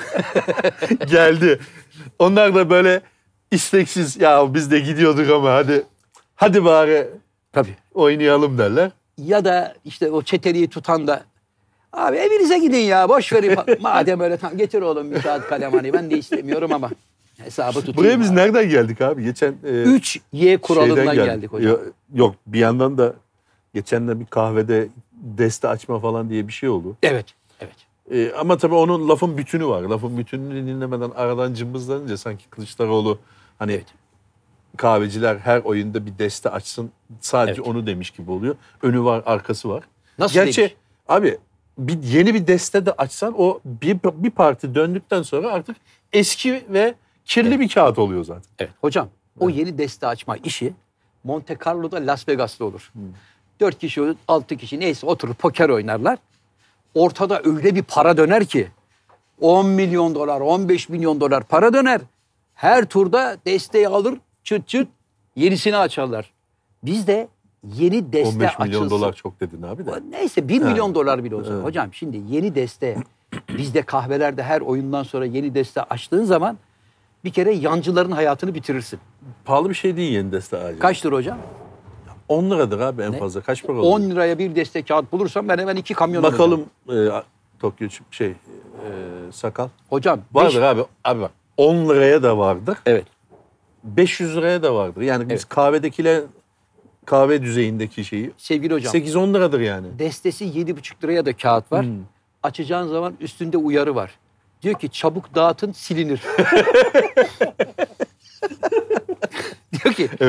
geldi. Onlar da böyle isteksiz ya biz de gidiyorduk ama hadi hadi bari Tabii. oynayalım derler. Ya da işte o çeteliği tutan da abi evinize gidin ya boş verin. Madem öyle tamam getir oğlum bir kağıt kalem hani ben de istemiyorum ama hesabı tutayım. Buraya biz abi. nereden geldik abi? Geçen e, üç Y kuralından şeyden geldik hocam. Yo- Yok bir yandan da geçen de bir kahvede deste açma falan diye bir şey oldu. Evet, evet. E, ama tabii onun lafın bütünü var. Lafın bütününü dinlemeden aradan cımbızlanınca sanki Kılıçdaroğlu hani Evet. kahveciler her oyunda bir deste açsın sadece Evet. onu demiş gibi oluyor. Önü var, arkası var. Nasıl Gerçi demiş? abi bir yeni bir deste de açsan o bir, bir parti döndükten sonra artık eski ve kirli bir kağıt oluyor zaten. Evet. Hocam o yeni deste açma işi Monte Carlo'da Las Vegas'ta olur. Dört kişi, altı kişi neyse oturur poker oynarlar. Ortada öyle bir para döner ki on milyon dolar, on beş milyon dolar para döner. Her turda desteği alır çıt çıt yenisini açarlar. Biz de yeni deste on beş milyon açılsın. dolar çok dedin abi de. Neyse bir Ha. milyon dolar bile olsa. Evet. Hocam şimdi yeni deste bizde kahvelerde her oyundan sonra yeni deste açtığın zaman bir kere yancıların hayatını bitirirsin. Pahalı bir şey değil yeni deste ağacı. Kaçtır hocam? on liradır abi en Ne? fazla. Kaç para on olur? liraya bir deste kağıt bulursam ben hemen iki kamyon alacağım. Bakalım e, Tokyo ç- şey e, sakal. Hocam Vardır beş- abi. Abi bak on liraya da vardır. Evet. beş yüz liraya da vardır. Yani biz Evet. kahvedekiler kahve düzeyindeki şeyi Sevgili hocam sekiz on liradır yani. destesi yedi buçuk liraya da kağıt var. Hmm. Açacağın zaman üstünde uyarı var. Diyor ki çabuk dağıtın silinir. Diyor ki Evet.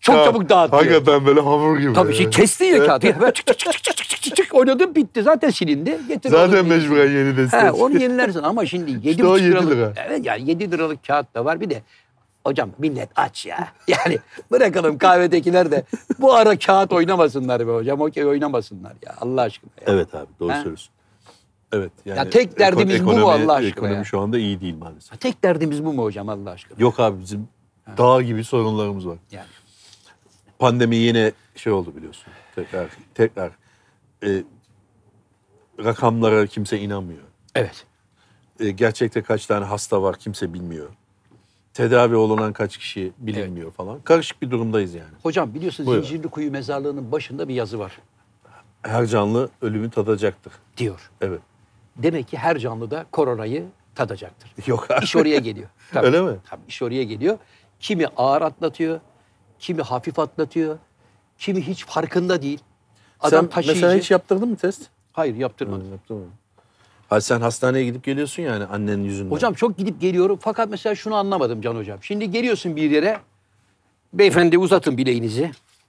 Çok Ya, çabuk dağıtıyor. Hakikaten böyle hamur gibi. Tabii şey kestin ya kağıdı. Ya, böyle çık çık çık çık çık çık çık oynadım bitti. Zaten silindi. Getir Zaten oğlum, mecburen yeni de He, onu yenilersin ama şimdi yedi İşte o buçuk yedi liralık. lira. Evet yani yedi liralık kağıt da var. Bir de hocam millet aç ya. Yani bırakalım kahvedekiler de bu ara kağıt oynamasınlar be hocam. Okey oynamasınlar ya Allah aşkına. Ya. Evet abi doğru He? söylüyorsun. Evet yani Ya tek derdimiz bu mu ekonomi- Allah aşkına Ekonomi ya? şu anda iyi değil maalesef. Tek derdimiz bu mu hocam Allah aşkına? Yok abi bizim dağ gibi sorunlarımız var. Yani. Pandemi yine şey oldu biliyorsun. Tekrar tekrar e, rakamlara kimse inanmıyor. Evet. E, gerçekte kaç tane hasta var kimse bilmiyor. Tedavi olunan kaç kişi bilinmiyor falan. Karışık bir durumdayız yani. Hocam biliyorsun Buyurun. Zincirlikuyu mezarlığının başında bir yazı var Her canlı ölümü tadacaktır. diyor. Evet. Demek ki her canlı da koronayı tadacaktır. Yok abi. İş oraya geliyor. Tabii, Öyle mi? Tabii iş oraya geliyor. Kimi ağır atlatıyor, kimi hafif atlatıyor, kimi hiç farkında değil. Adam Sen taşıyıcı. mesela hiç yaptırdın mı test? Hayır yaptırmadım. Yaptım mı? Hadi sen hastaneye gidip geliyorsun yani annenin yüzünden. Hocam çok gidip geliyorum fakat mesela şunu anlamadım Can Hocam. Şimdi geliyorsun bir yere, beyefendi uzatın bileğinizi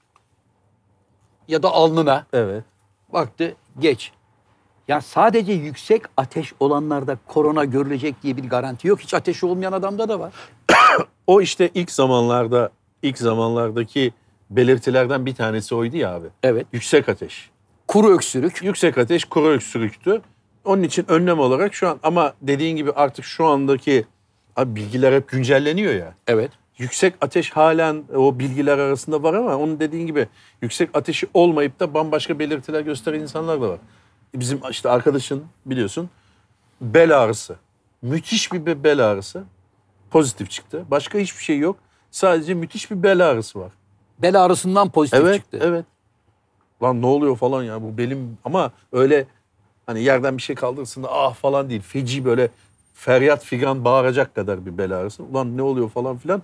ya da alnına. Evet. Baktı geç. Ya sadece yüksek ateş olanlarda korona görülecek diye bir garanti yok. Hiç ateşi olmayan adamda da var. O işte ilk zamanlarda ilk zamanlardaki belirtilerden bir tanesi oydu ya abi. Evet. Yüksek ateş. Kuru öksürük. Yüksek ateş, kuru öksürüktü. Onun için önlem olarak şu an ama dediğin gibi artık şu andaki abi bilgiler hep güncelleniyor ya. Evet. Yüksek ateş halen o bilgiler arasında var ama onun dediğin gibi yüksek ateşi olmayıp da bambaşka belirtiler gösteren insanlar da var. Bizim işte arkadaşın biliyorsun bel ağrısı. Müthiş bir be- bel ağrısı. Pozitif çıktı. Başka hiçbir şey yok. Sadece müthiş bir bel ağrısı var. Bel ağrısından pozitif Evet, çıktı. evet. Lan ne oluyor falan ya bu belim ama öyle hani yerden bir şey kaldırsın da ah falan değil. Feci böyle feryat figan bağıracak kadar bir bel ağrısı. Ulan ne oluyor falan filan.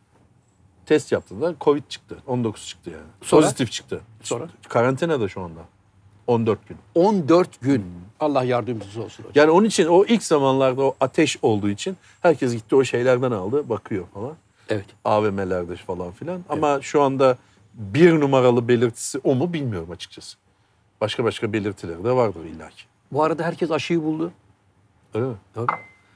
Test yaptılar. Covid çıktı. on dokuz çıktı yani. Sonra? Pozitif çıktı. Sonra? Karantinada şu anda. on dört gün. on dört gün. Allah yardımcısı olsun hocam. Yani onun için o ilk zamanlarda o ateş olduğu için herkes gitti o şeylerden aldı. Bakıyor falan. Evet. A V M'lerde falan filan. Ama şu anda bir numaralı belirtisi o mu bilmiyorum açıkçası. Başka başka belirtileri de vardır illaki. Bu arada herkes aşıyı buldu. Öyle mi? Tabii.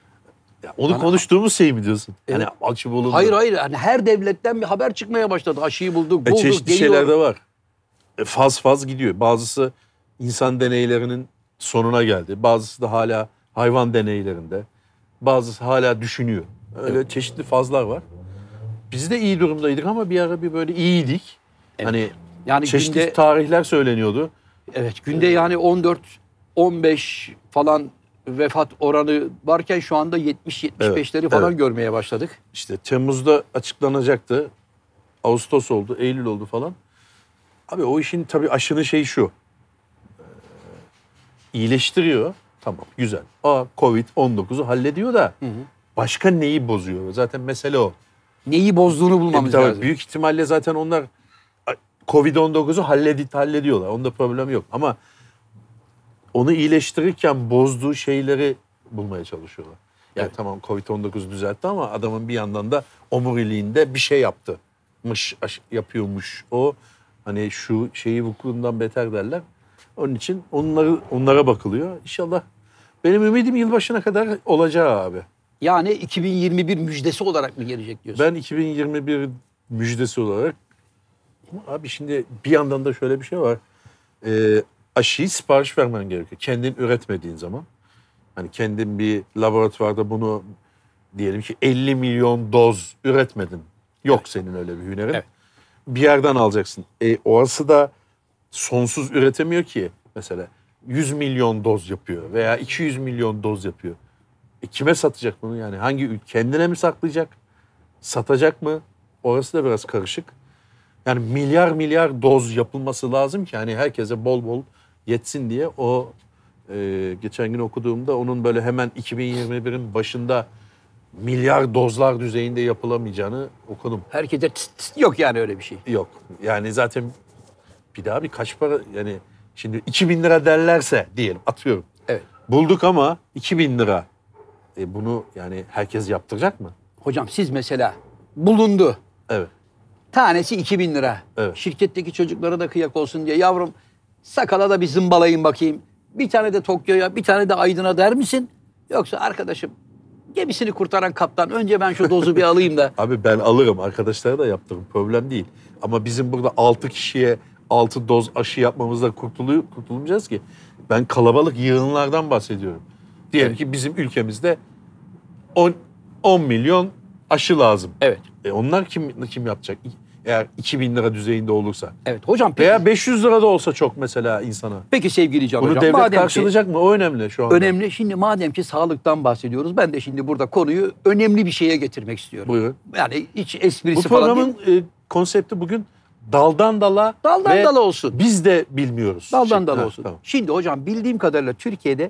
Ya onu Bana- konuştuğumuz şey mi diyorsun? Evet. Yani açı bulundu. Hayır hayır. Yani her devletten bir haber çıkmaya başladı. Aşıyı bulduk, E, bulduk, çeşitli geliyor. şeyler de var. E, faz faz gidiyor. Bazısı insan deneylerinin sonuna geldi. Bazısı da hala hayvan deneylerinde. Bazısı hala düşünüyor. Öyle çeşitli fazlar var. Biz de iyi durumdaydık ama bir ara bir böyle iyiydik. Evet. Hani Yani çeşitli günde tarihler söyleniyordu. evet günde yani on dört on beş falan vefat oranı varken şu anda yetmiş yetmiş beşleri falan evet. görmeye başladık. İşte Temmuz'da açıklanacaktı. Ağustos oldu, Eylül oldu falan. Abi o işin tabii aşının şeyi şu. Ee, iyileştiriyor. Tamam güzel. Aa Covid on dokuzu hallediyor da Hı hı. başka neyi bozuyor? Zaten mesele o. Neyi bozduğunu E, bulmamız tabii lazım. büyük ihtimalle zaten onlar Covid on dokuzu halledi, hallediyorlar. Onda problem yok. Ama onu iyileştirirken bozduğu şeyleri bulmaya çalışıyorlar. Yani Evet. tamam Covid on dokuz düzeltti ama adamın bir yandan da omuriliğinde bir şey yaptımış, aş- yapıyormuş. O hani şu şeyi vukuundan beter derler. Onun için onları onlara bakılıyor. İnşallah benim ümidim yılbaşına kadar olacağı abi. Yani iki bin yirmi bir müjdesi olarak mı gelecek diyorsun? Ben iki bin yirmi bir müjdesi olarak ama abi şimdi bir yandan da şöyle bir şey var. Ee, aşıyı sipariş vermen gerekiyor. Kendin üretmediğin zaman. Hani kendin bir laboratuvarda bunu diyelim ki elli milyon doz üretmedin. Yok evet. Senin öyle bir hünerin. Evet. Bir yerden alacaksın. E, orası da sonsuz üretemiyor ki. Mesela yüz milyon doz yapıyor veya iki yüz milyon doz yapıyor. E, kime satacak bunu yani? Hangi kendine mi saklayacak? Satacak mı? Orası da biraz karışık. Yani milyar milyar doz yapılması lazım ki hani herkese bol bol yetsin diye o e, geçen gün okuduğumda onun böyle hemen iki bin yirmi birin başında milyar dozlar düzeyinde yapılamayacağını okudum. Herkese tıs tıs yok yani öyle bir şey. Yok. Yani zaten bir daha bir kaç para yani şimdi iki bin lira derlerse diyelim atıyorum. Evet. Bulduk ama iki bin lira. E bunu yani herkes yaptıracak mı? Hocam siz mesela bulundu. Evet. Tanesi iki bin lira. Evet. Şirketteki çocuklara da kıyak olsun diye. Yavrum sakala da bir zımbalayın bakayım. Bir tane de Tokyo'ya, bir tane de Aydın'a der misin? Yoksa arkadaşım gemisini kurtaran kaptan önce ben şu dozu bir alayım da. Abi ben alırım. Arkadaşlara da yaptırırım. Problem değil. Ama bizim burada altı kişiye altı doz aşı yapmamızda kurtuluyor, kurtulmayacağız ki. Ben kalabalık yığınlardan bahsediyorum. Diyelim Evet. ki bizim ülkemizde on milyon aşı lazım. Evet. E onlar kim kim yapacak? Eğer iki bin lira düzeyinde olursa. Evet hocam peki. Veya beş yüz lira da olsa çok mesela insana. Peki sevgili Can Bunu hocam. devlet madem ki- karşılayacak mı? O önemli şu anda. Önemli. Şimdi madem ki sağlıktan bahsediyoruz. Ben de şimdi burada konuyu önemli bir şeye getirmek istiyorum. Buyurun. Yani hiç Bu esprisi falan değil. programın e, konsepti bugün daldan dala Daldan ve dala olsun. biz de bilmiyoruz. Daldan Şey- dala Ha, olsun. tamam. Şimdi hocam bildiğim kadarıyla Türkiye'de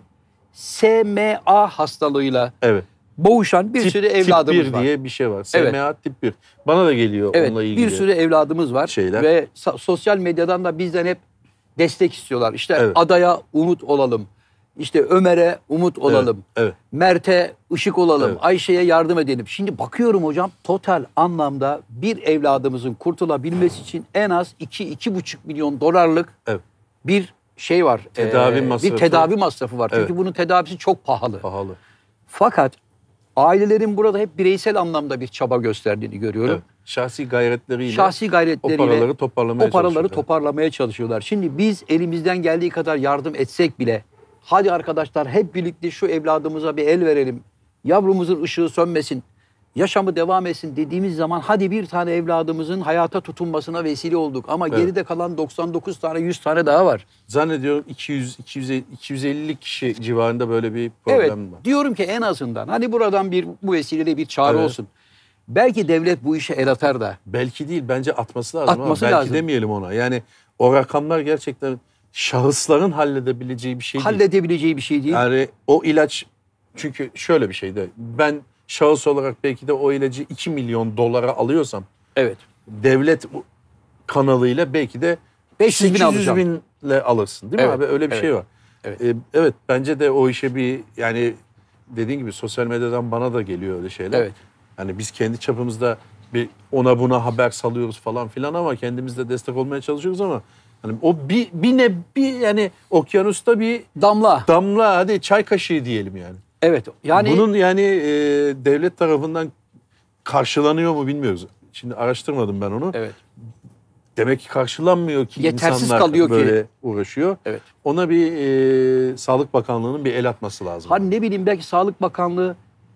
S M A hastalığıyla Evet. boğuşan bir Tip- sürü evladımız tip bir var. diye bir şey var. Evet. S M A tip bir. Bana da geliyor Evet, onunla ilgili. bir sürü evladımız var şeyler. ve sa- sosyal medyadan da bizden hep destek istiyorlar. İşte Evet. Adaya umut olalım. İşte Ömer'e umut olalım. Evet. Mert'e ışık olalım. Evet. Ayşe'ye yardım edelim. Şimdi bakıyorum hocam total anlamda bir evladımızın kurtulabilmesi için en az iki iki buçuk milyon dolarlık Evet. bir şey var. Tedavi Ee, masrafı. Bir tedavi masrafı var. Çünkü Evet. bunun tedavisi çok pahalı. Pahalı. Fakat ailelerin burada hep bireysel anlamda bir çaba gösterdiğini görüyorum. Evet. Şahsi gayretleriyle Şahsi gayretleriyle o paraları toparlamaya o paraları çalışıyorlar. toparlamaya çalışıyorlar. Şimdi biz elimizden geldiği kadar yardım etsek bile hadi arkadaşlar hep birlikte şu evladımıza bir el verelim. Yavrumuzun ışığı sönmesin. Yaşamı devam etsin dediğimiz zaman hadi bir tane evladımızın hayata tutunmasına vesile olduk. Ama Evet. geride kalan doksan dokuz tane yüz tane daha var. Zannediyorum iki yüz iki yüz iki yüz elli kişi civarında böyle bir problem Evet var. diyorum ki en azından hani buradan bir bu vesileyle bir çağrı Evet. olsun. Belki devlet bu işe el atar da. Belki değil, bence atması lazım Atması ama belki lazım. demeyelim ona. Yani o rakamlar gerçekten şahısların halledebileceği bir şey değil. Halledebileceği bir şey değil. Yani o ilaç, çünkü şöyle bir şeydi. Ben şahıs olarak belki de o ilacı iki milyon dolara alıyorsam Evet. devlet kanalıyla belki de beş yüz bin sekiz yüz alacağım. binle alırsın değil mi Evet, abi? Öyle bir evet, şey var. evet. Ee, evet bence de o işe bir, yani dediğin gibi sosyal medyadan bana da geliyor öyle şeyler. Evet. Hani biz kendi çapımızda bir ona buna haber salıyoruz falan filan ama kendimiz de destek olmaya çalışıyoruz ama hani o bir bir ne bir yani okyanusta bir Damla. damla, hadi çay kaşığı diyelim yani. Evet. Yani Bunun yani e, devlet tarafından karşılanıyor mu bilmiyoruz. Şimdi araştırmadım ben onu. evet. Demek ki karşılanmıyor ki Yetersiz insanlar kalıyor ki. böyle uğraşıyor. Evet. Ona bir e, Sağlık Bakanlığı'nın bir el atması lazım. Hani ne bileyim belki Sağlık Bakanlığı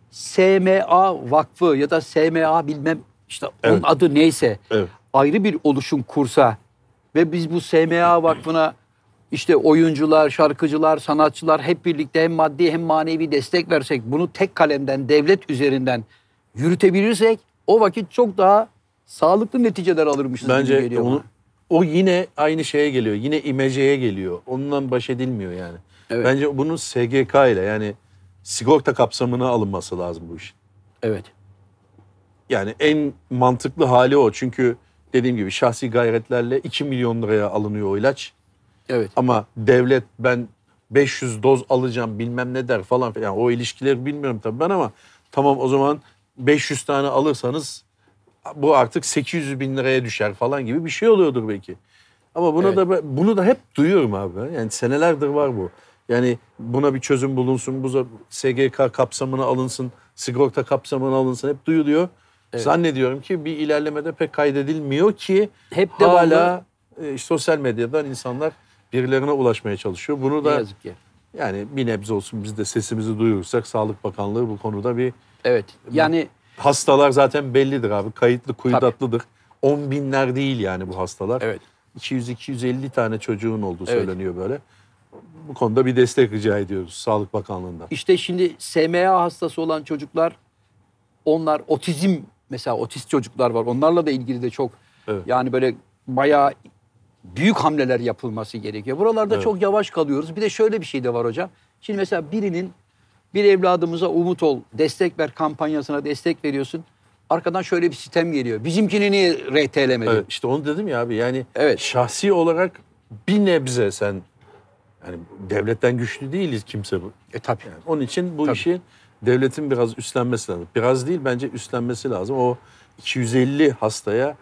S M A Vakfı ya da S M A bilmem işte onun Evet. adı neyse Evet. ayrı bir oluşum kursa ve biz bu S M A Vakfı'na işte oyuncular, şarkıcılar, sanatçılar hep birlikte hem maddi hem manevi destek versek, bunu tek kalemden devlet üzerinden yürütebilirsek o vakit çok daha sağlıklı neticeler alırmışız gibi Bence geliyor onu, bana. o yine aynı şeye geliyor. Yine imeceye geliyor. Onunla baş edilmiyor yani. Evet. Bence bunun S G K ile, yani sigorta kapsamına alınması lazım bu işin. Evet. Yani en mantıklı hali o. Çünkü dediğim gibi şahsi gayretlerle iki milyon liraya alınıyor o ilaç. Evet. Ama devlet ben beş yüz doz alacağım bilmem ne der falan. Yani o ilişkileri bilmiyorum tabii ben ama tamam o zaman beş yüz tane alırsanız bu artık sekiz yüz bin liraya düşer falan gibi bir şey oluyordur belki. Ama buna Evet. da bunu da hep duyuyorum abi. Yani senelerdir var bu. Yani buna bir çözüm bulunsun, bu S G K kapsamına alınsın, sigorta kapsamına alınsın, hep duyuluyor. Evet. Zannediyorum ki bir ilerlemede pek kaydedilmiyor ki Hep devamlı- hala e, sosyal medyadan insanlar birilerine ulaşmaya çalışıyor. Bunu Ne da yazık ki. yani bir nebze olsun biz de sesimizi duyurursak Sağlık Bakanlığı bu konuda bir, Evet. Yani hastalar zaten bellidir abi. Kayıtlı kuyudatlıdır. On binler değil yani bu hastalar. evet. iki yüz iki yüz elli tane çocuğun olduğu Evet. söyleniyor böyle. Bu konuda bir destek rica ediyoruz Sağlık Bakanlığı'ndan. İşte şimdi S M A hastası olan çocuklar, onlar otizm, mesela otist çocuklar var. Onlarla da ilgili de çok Evet. yani böyle bayağı büyük hamleler yapılması gerekiyor. Buralarda Evet. çok yavaş kalıyoruz. Bir de şöyle bir şey de var hocam. Şimdi mesela birinin bir evladımıza umut ol, destek ver kampanyasına destek veriyorsun. Arkadan şöyle bir sitem geliyor. Bizimkini niye R T L'medin? Evet, işte onu dedim ya abi, yani Evet. şahsi olarak bir nebze sen, yani devletten güçlü değiliz kimse bu. E tabii. Yani onun için bu Tabii. işi devletin biraz üstlenmesi lazım. Biraz değil, bence üstlenmesi lazım. O iki yüz elli hastaya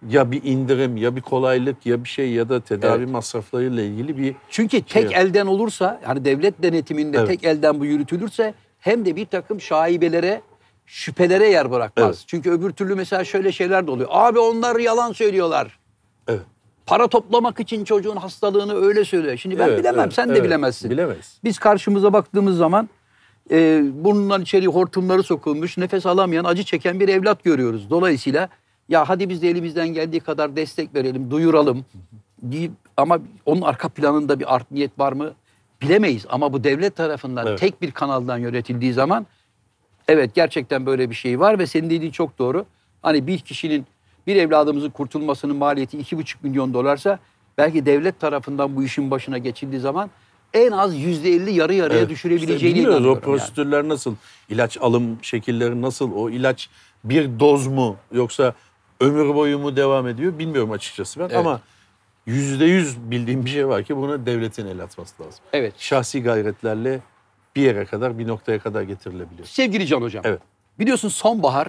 ya bir indirim ya bir kolaylık ya bir şey ya da tedavi Evet. masraflarıyla ilgili bir Çünkü tek Şey- elden olursa, hani devlet denetiminde Evet. tek elden bu yürütülürse hem de bir takım şaibelere, şüphelere yer bırakmaz. Evet. Çünkü öbür türlü mesela şöyle şeyler de oluyor. Abi onlar yalan söylüyorlar. evet. Para toplamak için çocuğun hastalığını öyle söylüyor. Şimdi ben Evet, bilemem, evet, sen de evet. bilemezsin. Bilemeyiz. Biz karşımıza baktığımız zaman e, burnundan içeri hortumları sokulmuş, nefes alamayan, acı çeken bir evlat görüyoruz. Dolayısıyla ya hadi biz de elimizden geldiği kadar destek verelim, duyuralım deyip, ama onun arka planında bir art niyet var mı bilemeyiz. Ama bu devlet tarafından Evet. tek bir kanaldan yönetildiği zaman evet, gerçekten böyle bir şey var ve senin dediğin çok doğru. Hani bir kişinin, bir evladımızın kurtulmasının maliyeti iki buçuk milyon dolarsa belki devlet tarafından bu işin başına geçildiği zaman en az yüzde elli yarı yarıya Evet. düşürebileceğini İşte bilmiyoruz o inanıyorum yani. prosedürler nasıl, ilaç alım şekilleri nasıl, o ilaç bir doz mu yoksa ömür boyu mu devam ediyor bilmiyorum açıkçası ben. Evet. Ama yüzde yüz bildiğim bir şey var ki buna devletin el atması lazım. Evet. Şahsi gayretlerle bir yere kadar, bir noktaya kadar getirilebiliyor. Sevgili Can Hocam, Evet. biliyorsun sonbahar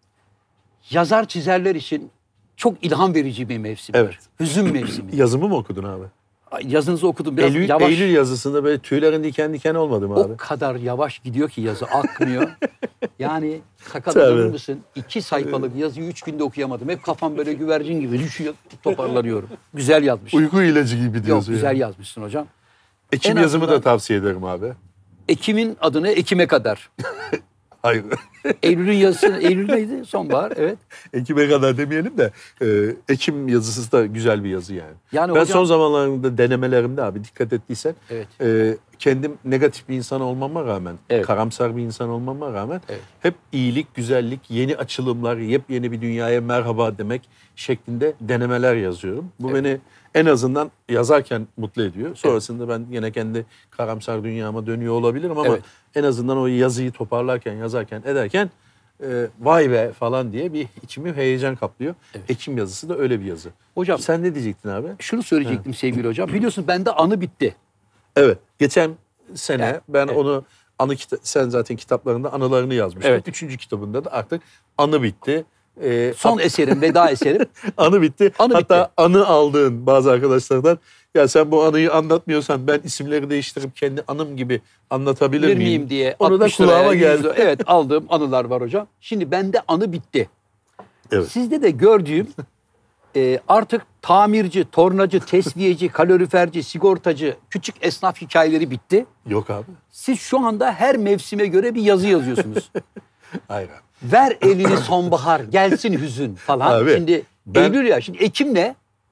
yazar çizerler için çok ilham verici bir mevsimdir. Evet. Hüzün mevsimi. Yazımı mı okudun abi? Yazınızı okudum. Biraz Eylül, yavaş. Eylül yazısında böyle tüylerin diken diken olmadı mı abi? O kadar yavaş gidiyor ki yazı akmıyor. Yani sakat Tabii. olur mısın? İki sayfalık yazıyı üç günde okuyamadım. Hep kafam böyle güvercin gibi düşüyor, toparlanıyorum. Güzel yazmış. Uyku ilacı gibi Yok, diyorsun. güzel yani. yazmışsın hocam. Ekim En yazımı azından- da tavsiye ederim abi. Ekim'in adını Ekim'e kadar. Hayır. Eylül'ün yazısı, Eylül neydi? Sonbahar, evet. Ekim'e kadar demeyelim de e, Ekim yazısı da güzel bir yazı yani. Yani ben hocam- son zamanlarında denemelerimde abi dikkat ettiysen Evet. e, kendim negatif bir insan olmama rağmen, Evet. karamsar bir insan olmama rağmen Evet. hep iyilik, güzellik, yeni açılımlar, yepyeni bir dünyaya merhaba demek şeklinde denemeler yazıyorum. Bu Evet. beni en azından yazarken mutlu ediyor. Sonrasında ben yine kendi karamsar dünyama dönüyor olabilirim ama Evet. en azından o yazıyı toparlarken, yazarken, ederken e, vay be falan diye bir içimi heyecan kaplıyor. Evet. Ekim yazısı da öyle bir yazı. Hocam- Sen ne diyecektin abi? Şunu söyleyecektim sevgili hocam. Biliyorsun bende anı bitti. Evet. Geçen sene Evet, ben evet. onu anı kita- sen zaten kitaplarında anılarını yazmıştın. Evet. Üçüncü kitabında da artık anı bitti. Ee, Son eserim, veda eserim. anı bitti. Anı Hatta bitti. anı aldığın bazı arkadaşlardan ya sen bu anıyı anlatmıyorsan ben isimleri değiştirip kendi anım gibi anlatabilir Bilir miyim? miyim diye. Onu da altmış liraya, kulağıma yüz geldi. liraya- Evet, aldığım anılar var hocam. Şimdi bende anı bitti. Evet. Sizde de gördüğüm e, artık tamirci, tornacı, tesviyeci, kaloriferci, sigortacı, küçük esnaf hikayeleri bitti. Yok abi. Siz şu anda her mevsime göre bir yazı yazıyorsunuz. Hayır abi. Ver elini sonbahar, gelsin hüzün falan. Abi, şimdi ben- Eylül ya, şimdi Ekim ne?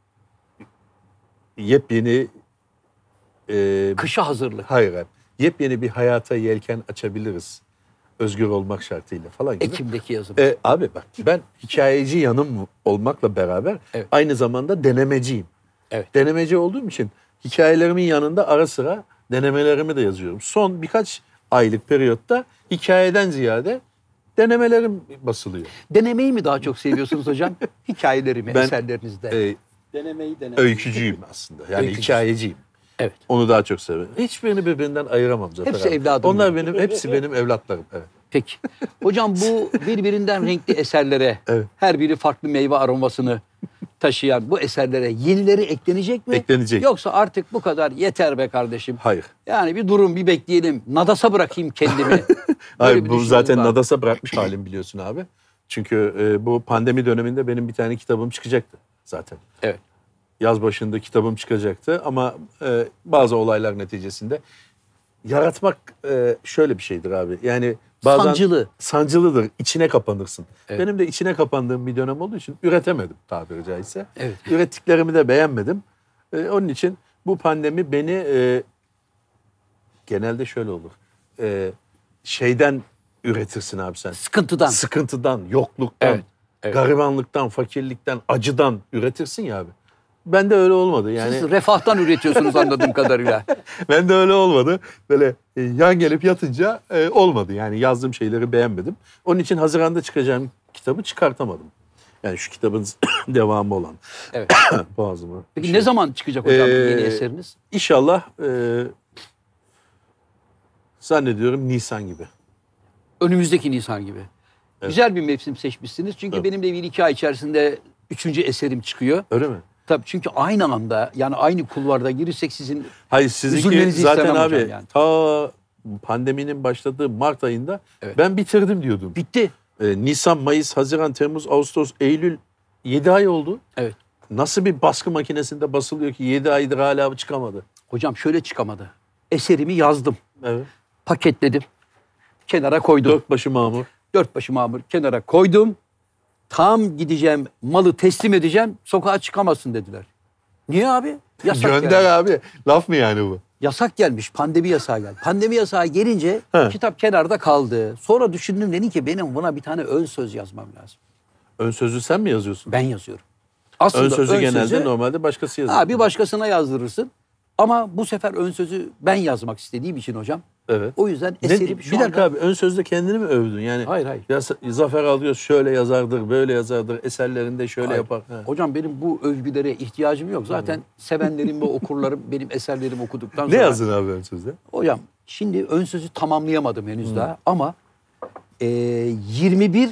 Yepyeni e, Kışa hazırlık. hayır abi. Yepyeni bir hayata yelken açabiliriz. Özgür olmak şartıyla falan gibi. Ekim'deki yazım. E, abi bak ben hikayeci yanım olmakla beraber Evet. aynı zamanda denemeciyim. Evet. Denemeci olduğum için hikayelerimin yanında ara sıra denemelerimi de yazıyorum. Son birkaç aylık periyotta hikayeden ziyade denemelerim basılıyor. Denemeyi mi daha çok seviyorsunuz hocam? Hikayeleri mi, Ben- eserlerinizde? E, Denemeyi denemeyi. öykücüyüm aslında. Yani Öykücüsün. hikayeciyim. Evet. Onu daha çok seviyorum. Hiçbirini birbirinden ayıramam zaten. Hepsi evladım Onlar benim. benim, hepsi benim evlatlarım. Evet. Peki. Hocam bu birbirinden renkli eserlere, Evet. her biri farklı meyve aromasını taşıyan bu eserlere yenileri eklenecek mi? Eklenecek. Yoksa artık bu kadar yeter be kardeşim. Hayır. Yani bir durun, bir bekleyelim. Nadasa bırakayım kendimi. Böyle Hayır bir bu düşünceniz zaten var mı? Nadas'a bırakmış halim biliyorsun abi. Çünkü e, bu pandemi döneminde benim bir tane kitabım çıkacaktı zaten. Evet. Yaz başında kitabım çıkacaktı ama e, bazı olaylar neticesinde yaratmak e, şöyle bir şeydir abi. Yani bazen Sancılı. sancılıdır. İçine kapanırsın. Evet. Benim de içine kapandığım bir dönem olduğu için üretemedim tabiri caizse. Evet. Ürettiklerimi de beğenmedim. E, onun için bu pandemi beni e, genelde şöyle olur. E, şeyden üretirsin abi sen. Sıkıntıdan. Sıkıntıdan, yokluktan, Evet, evet. garibanlıktan, fakirlikten, acıdan üretirsin ya abi. Ben de öyle olmadı yani. Siz refahtan üretiyorsunuz anladığım kadarıyla. Ben de öyle olmadı. Böyle e, yan gelip yatınca e, olmadı. Yani yazdığım şeyleri beğenmedim. Onun için Haziran'da çıkacağım kitabı çıkartamadım. Yani şu kitabın devamı olan. Evet. Boğazıma. Peki bir ne şey. zaman çıkacak hocam Ee, yeni eseriniz? İnşallah e, zannediyorum Nisan gibi. Önümüzdeki Nisan gibi. Güzel bir mevsim seçmişsiniz. Çünkü Evet. benim de bir iki ay içerisinde üçüncü eserim çıkıyor. Öyle mi? Tabii çünkü aynı anda yani aynı kulvarda girirsek sizin Hayır sizinki üzülmenizi zaten istemem abi hocam yani. ta pandeminin başladığı Mart ayında Evet. ben bitirdim diyordum. bitti. Ee, Nisan, Mayıs, Haziran, Temmuz, Ağustos, Eylül yedi ay oldu. Evet. Nasıl bir baskı makinesinde basılıyor ki yedi aydır hala çıkamadı? Hocam şöyle çıkamadı. Eserimi yazdım. Evet. Paketledim. Kenara koydum. Dört başı mamur. Dört başı mamur kenara koydum. Tam gideceğim malı teslim edeceğim. Sokağa çıkamazsın dediler. Niye abi? Yasak Gönder gelmiş. abi. Laf mı yani bu? Yasak gelmiş. Pandemi yasağı geldi. Pandemi yasağı gelince He. kitap kenarda kaldı. Sonra düşündüm dedim ki benim buna bir tane ön söz yazmam lazım. Ön sözü sen mi yazıyorsun? Ben yazıyorum. Aslında Ön sözü genelde sözü, normalde başkası yazıyor. ha, bir başkasına yazdırırsın. Ama bu sefer ön sözü ben yazmak istediğim için hocam. Evet. O yüzden Ne- eserim şu bir dakika anda... abi ön sözde kendini mi övdün? Yani Hayır, hayır. Ya, Zafer alıyor şöyle yazardır, böyle yazardır, eserlerinde şöyle Hayır. yapar. He. Hocam benim bu övgülere ihtiyacım yok. Zaten sevenlerim ve okurlarım benim eserlerimi okuduktan Ne sonra... yazdın abi ön sözde? Hocam şimdi ön sözü tamamlayamadım henüz daha ama e, yirmi bir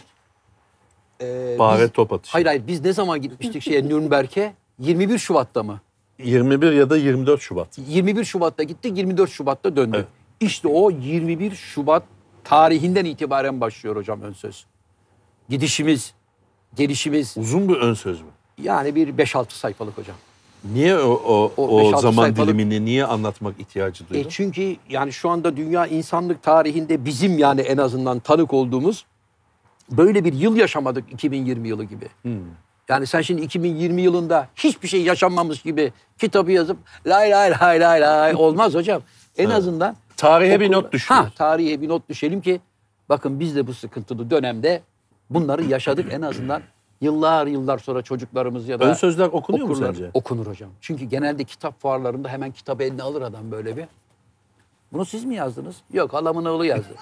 e, Baharet biz- top atışı. Hayır hayır biz ne zaman gitmiştik şeye Nürnberg'e? yirmi bir Şubat'ta mı? yirmi bir ya da yirmi dört Şubat. yirmi bir Şubat'ta gittik, yirmi dört Şubat'ta döndük. Evet. İşte o yirmi bir Şubat tarihinden itibaren başlıyor hocam ön söz. Gidişimiz, gelişimiz Uzun bir ön söz mü? yani bir beş altı sayfalık hocam. Niye o, o, O o, beş altı zaman sayfalık- dilimini niye anlatmak ihtiyacı E duydun? çünkü yani şu anda dünya insanlık tarihinde bizim yani en azından tanık olduğumuz böyle bir yıl yaşamadık iki bin yirmi yılı gibi. Hmm. Yani sen şimdi iki bin yirmi yılında hiçbir şey yaşanmamış gibi kitabı yazıp lay lay lay lay lay olmaz hocam. En azından Tarihe bir okul- not düşüyoruz. Ha, tarihe bir not düşelim ki bakın biz de bu sıkıntılı dönemde bunları yaşadık en azından yıllar yıllar sonra çocuklarımız ya da Ön sözler okunuyor mu okurlar. sence? Okunur hocam. Çünkü genelde kitap fuarlarında hemen kitabı eline alır adam böyle bir. Bunu siz mi yazdınız? Yok halamın oğlu yazdı.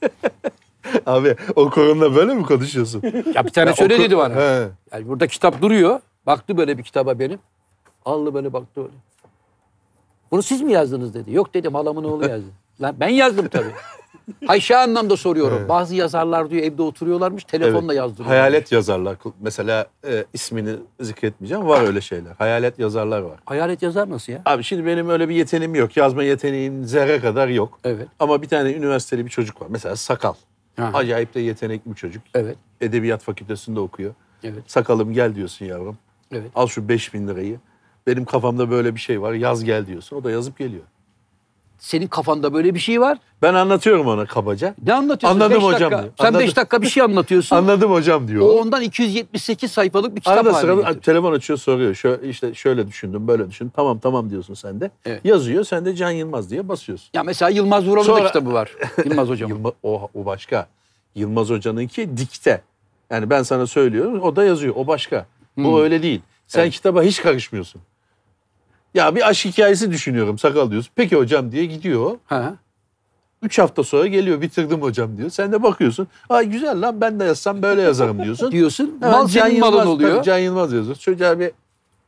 Abi o konuda böyle mi konuşuyorsun? Ya bir tane Ya söyle oku- dedi bana. He. Yani burada kitap duruyor. Baktı böyle bir kitaba benim. Aldı böyle baktı öyle. Bunu siz mi yazdınız dedi. Yok dedim halamın oğlu yazdı. Lan ben yazdım tabii. Hay şu anlamda soruyorum. Evet. Bazı yazarlar diyor evde oturuyorlarmış telefonla Evet. yazdırıyorlar. Hayalet yazarlar. Mesela e, ismini zikretmeyeceğim. Var öyle şeyler. Hayalet yazarlar var. Hayalet yazar nasıl ya? Abi şimdi benim öyle bir yeteneğim yok. Yazma yeteneğim zerre kadar yok. Evet. Ama bir tane üniversiteli bir çocuk var. Mesela Sakal. Ha. Acayip de yetenekli bir çocuk. Evet. Edebiyat fakültesinde okuyor. Evet. Sakalım gel diyorsun yavrum. Evet. Al şu beş bin lirayı. Benim kafamda böyle bir şey var. Yaz gel diyorsun. O da yazıp geliyor. Senin kafanda böyle bir şey var. Ben anlatıyorum ona kabaca. Ne anlatıyorsun? Anladım Beş hocam dakika. diyor. Sen Anladım. beş dakika bir şey anlatıyorsun. Anladım hocam diyor. O ondan iki yüz yetmiş sekiz sayfalık bir kitap Arada haline sırada getiriyor. telefon açıyor soruyor. Şöyle, işte şöyle düşündüm böyle düşündüm. Tamam tamam diyorsun sen de. Evet. Yazıyor sen de Can Yılmaz diye basıyorsun. Ya mesela Yılmaz Vural'ın da Sonra- kitabı var. Yılmaz hocamın. Yılma, o, o başka. Yılmaz Hoca'nınki dikte. Yani ben sana söylüyorum o da yazıyor. O başka. Bu öyle değil. Sen Evet. kitaba hiç karışmıyorsun. Ya bir aşk hikayesi düşünüyorum sakal diyorsun. Peki hocam diye gidiyor. Ha. Üç hafta sonra geliyor bitirdim hocam diyor. Sen de bakıyorsun. Ay güzel lan ben de yazsam böyle yazarım diyorsun. Diyorsun. Hemen Mal senin malın oluyor. tabii Can Yılmaz yazıyor. Çocuğa bir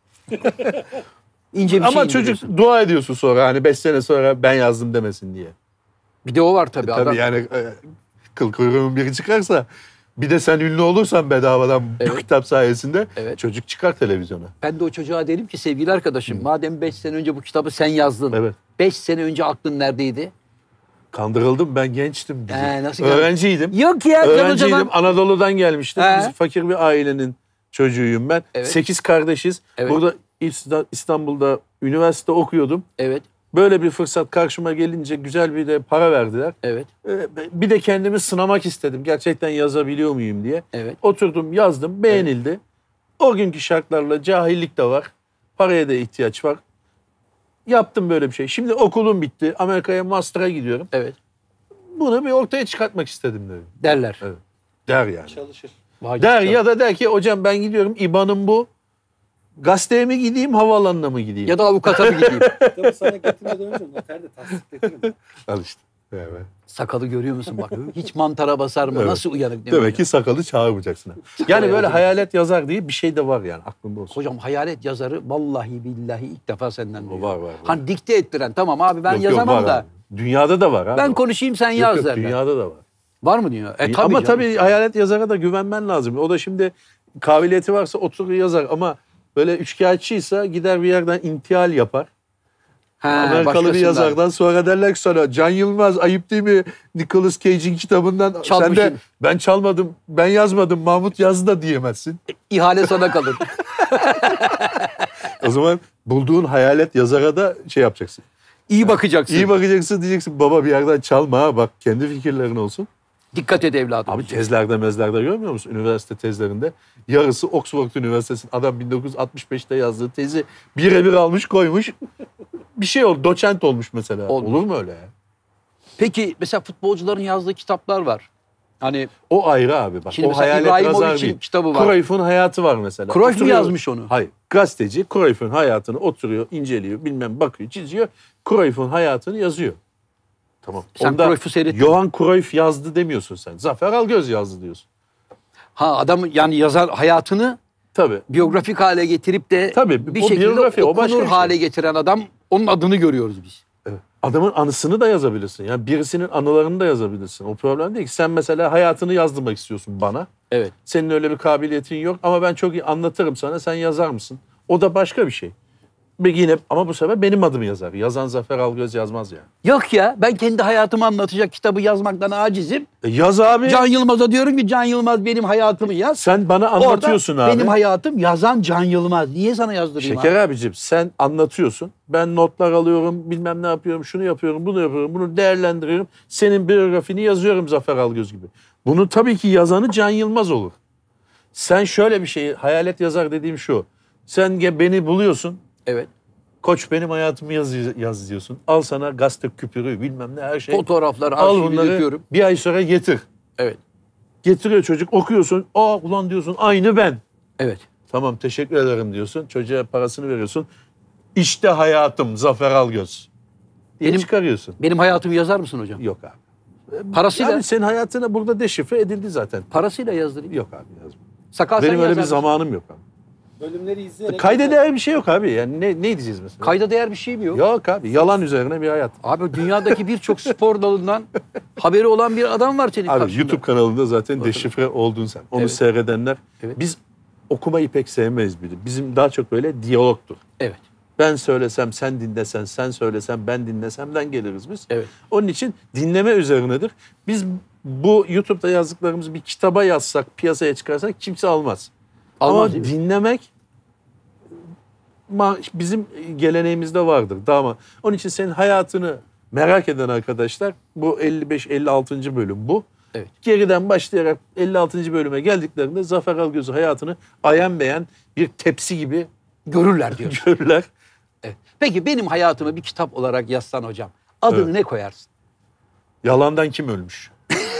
İnce bir ama şey çocuk indiriyorsun. dua ediyorsun sonra hani beş sene sonra ben yazdım demesin diye. Bir de o var tabii. Tabii adam. yani e, kıl kuyruğun biri çıkarsa bir de sen ünlü olursan bedavadan bu Evet. kitap sayesinde Evet. çocuk çıkar televizyona. Ben de o çocuğa derim ki sevgili arkadaşım madem beş sene önce bu kitabı sen yazdın. Evet. beş sene önce aklın neredeydi? Kandırıldım ben gençtim. Dedi. Ee, nasıl Öğrenciydim. Yok ya. Can Öğrenciydim. Hoca'dan- Anadolu'dan gelmiştim. He. Biz fakir bir ailenin çocuğuyum ben. Evet. Sekiz kardeşiz. Evet. Burada İsta- İstanbul'da üniversite okuyordum. Evet. Böyle bir fırsat karşıma gelince güzel bir de para verdiler. Evet. Ee, Bir de kendimi sınamak istedim. Gerçekten yazabiliyor muyum diye. Evet. Oturdum yazdım beğenildi. O günkü şartlarla cahillik de var. Paraya da ihtiyaç var. Yaptım böyle bir şey. Şimdi okulum bitti. Amerika'ya master'a gidiyorum. Evet. Bunu bir ortaya çıkartmak istedim dedim. Derler. Evet. Der yani. Çalışır. Vay Der canına. ya da der ki hocam ben gidiyorum. İban'ım bu. Gazeteye mi gideyim havaalanına mı gideyim? Ya da avukata bir gideyim. Kitabı sana getirmeden önce noterde tasdikletirim. Al işte. Evet. Sakalı görüyor musun bak? Hiç mantara basar mı? Evet. Nasıl uyanık değil mi Demek hocam? ki sakalı çağırmayacaksın. Yani böyle hocam. hayalet yazar diye bir şey de var yani aklında olsun. Hocam hayalet yazarı vallahi billahi ilk defa senden duyuyorum. Var, var, var. Hani dikte ettiren tamam abi ben Yok, yok, yazamam var da abi. Dünyada da var abi. ben konuşayım sen Yok, yaz yok, derler. dünyada da var. Var mı diyor? E, tabii Ama canım. tabii hayalet yazara da güvenmen lazım. O da şimdi kabiliyeti varsa oturur yazar ama böyle üçkağıtçıysa gider bir yerden intihal yapar. Ha, Amerikalı bir başkasından. yazardan sonra derler ki sana Can Yılmaz ayıp değil mi? Nicolas Cage'in kitabından sen Çalmışsın. de ben çalmadım, ben yazmadım, Mahmut yazdı da diyemezsin. İhale sana kalır. O zaman bulduğun hayalet yazara da şey yapacaksın. İyi bakacaksın. İyi bakacaksın, diyeceksin baba bir yerden çalma ha, bak kendi fikirlerin olsun. Dikkat et evladım. Abi tezlerde mezlerde görmüyor musun? Üniversite tezlerinde yarısı Oxford Üniversitesi'nin adam bin dokuz yüz altmış beşte yazdığı tezi birebir almış koymuş. Bir şey oldu, doçent olmuş mesela. Olmuş. Olur mu öyle ya? Peki mesela futbolcuların yazdığı kitaplar var. Hani O ayrı abi bak. Şimdi o mesela hayalet İbrahimovic'in yazar değil. kitabı var. Cruyff'un hayatı var mesela. Cruyff mu Oturuyor- yazmış onu? Hayır. Gazeteci Cruyff'un hayatını oturuyor, inceliyor, bilmem bakıyor, çiziyor. Cruyff'un hayatını yazıyor. Tamam. Sen Onda Cruyff'u seyrettin. Johan Cruyff yazdı demiyorsun sen. Zafer Algöz yazdı diyorsun. ha adam yani yazar hayatını Tabii. biyografik hale getirip de Tabii, bir o şekilde biyografi, o başka okunur bir şey. hale getiren adam, onun adını görüyoruz biz. Evet. Adamın anısını da yazabilirsin. Yani birisinin anılarını da yazabilirsin. O problem değil ki. Sen mesela hayatını yazdırmak istiyorsun bana. Evet. Senin öyle bir kabiliyetin yok ama ben çok iyi anlatırım sana. Sen yazar mısın? O da başka bir şey. Ve yine ama bu sefer benim adımı yazar. Yazan Zafer Algöz yazmaz yani. Yok ya, ben kendi hayatımı anlatacak kitabı yazmaktan acizim. E yaz abi. Can Yılmaz'a diyorum ki Can Yılmaz benim hayatımı yaz. Sen bana anlatıyorsun Orada abi. benim hayatım yazan Can Yılmaz. Niye sana yazdırayım Şeker abi? abicim sen anlatıyorsun. Ben notlar alıyorum, bilmem ne yapıyorum, şunu yapıyorum, bunu yapıyorum, bunu değerlendiriyorum. Senin biyografini yazıyorum Zafer Algöz gibi. Bunu tabii ki yazanı Can Yılmaz olur. Sen şöyle bir şey, hayalet yazar dediğim şu. Sen ge- beni buluyorsun. Evet. Koç benim hayatımı yaz, yaz diyorsun. Al sana gazete küpürü, bilmem ne her şey. Fotoğraflar, Al arşivi bunları döküyorum. bir ay sonra getir. Evet. Getiriyor çocuk, okuyorsun. Aa ulan diyorsun, aynı ben. Evet. Tamam teşekkür ederim diyorsun. Çocuğa parasını veriyorsun. İşte hayatım Zafer Algöz. Diye Benim- çıkarıyorsun. Benim hayatımı yazar mısın hocam? Yok abi. Parasıyla, Yani senin hayatına burada deşifre edildi zaten. parasıyla yazdırayım. Yok abi yazma. Sakal sen Benim öyle bir yazar mısın? zamanım yok abi. Bölümleri izleyerek... Kayda değer bir şey yok abi. Yani ne, ne diyeceğiz mesela? Kayda değer bir şey mi yok? Yok abi. Yalan üzerine bir hayat. Abi dünyadaki birçok spor dalından haberi olan bir adam var senin Abi karşında. YouTube kanalında zaten deşifre oldun sen. Onu Evet. seyredenler. Evet. Biz okumayı pek sevmeyiz bir de. Bizim daha çok böyle diyalogtur. Evet. Ben söylesem sen dinlesen, sen söylesem ben dinlesemden geliriz biz. Evet. Onun için dinleme üzerinedir. Biz bu YouTube'da yazdıklarımızı bir kitaba yazsak, piyasaya çıkarsak kimse almaz. Almaz Ama değil mi? dinlemek ma- bizim geleneğimizde vardır. Daha onun için senin hayatını merak eden arkadaşlar bu elli beş elli altıncı bölüm bu. Evet. Geriden başlayarak elli altıncı bölüme geldiklerinde Zafer Algöz'ün hayatını ayan beyan bir tepsi gibi Görürler diyor. görürler. Evet. Peki benim hayatımı bir kitap olarak yazsan hocam, adını Evet. ne koyarsın? Yalandan kim ölmüş?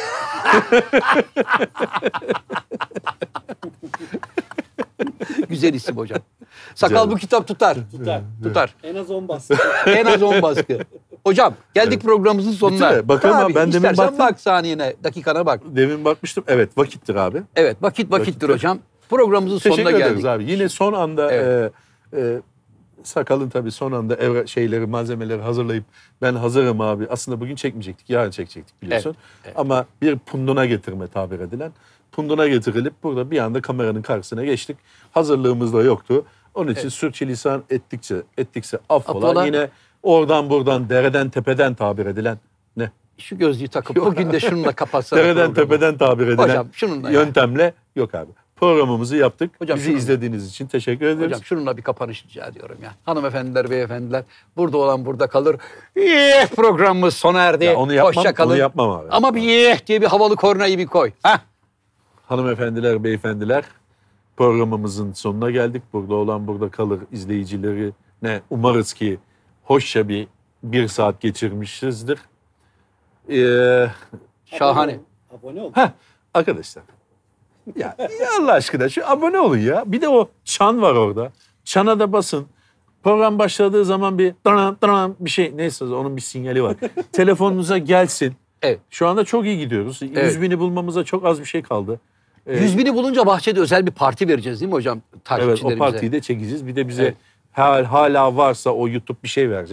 Güzel isim hocam. Sakal Güzel. bu kitap tutar. Tutar. Tutar. En az on baskı. En az on baskı. Hocam geldik programımızın sonuna. Bitti mi? Bakalım Dur abi, ben demin istersen baktım. bak saniyene, dakikana bak. Demin bakmıştım. Evet vakittir abi. Evet vakit vakittir Vakittir. hocam. Programımızın sonuna Teşekkür ederiz geldik. abi. Yine son anda Evet. e, e, Sakal'ın tabii son anda evra, şeyleri, malzemeleri hazırlayıp ben hazırım abi. Aslında bugün çekmeyecektik. Yarın çekecektik biliyorsun. Evet, evet. Ama bir punduna getirme tabir edilen. Punduna getirilip burada bir anda kameranın karşısına geçtik. Hazırlığımız da yoktu. Onun için Evet. sürçülisan ettikçe ettikse affola. Affola. Yine oradan buradan dereden tepeden tabir edilen ne? Şu gözlüğü takıp bugün de şununla kapatsana Dereden programı. tepeden tabir edilen Hocam şununla ya. yöntemle yok abi. Programımızı yaptık. Hocam Bizi şununla. izlediğiniz için teşekkür ederiz. Hocam şununla bir kapanış rica ediyorum ya. Hanımefendiler, beyefendiler, burada olan burada kalır. Eh, programımız sona erdi. Ya onu yapmam, Hoşça kalın. onu yapmam abi. Ama bir eh diye bir havalı kornayı bir koy. Hah. Hanımefendiler, beyefendiler programımızın sonuna geldik. Burada olan burada kalır izleyicileri ne umarız ki hoşça bir bir saat geçirmişizdir. Ee, Şahane. Abone ol. heh, arkadaşlar ya, ya Allah aşkına şu abone olun ya. Bir de o çan var orada. Çana da basın. Program başladığı zaman bir danan danan bir şey neyse onun bir sinyali var. Telefonunuza gelsin. Evet. Şu anda çok iyi gidiyoruz. Evet. yüz bini bulmamıza çok az bir şey kaldı. Ee, Yüz bini bulunca bahçede özel bir parti vereceğiz değil mi hocam Evet takipçilerimize? o partiyi de çekeceğiz. Bir de bize Evet. hal- hala varsa o YouTube bir şey verecek.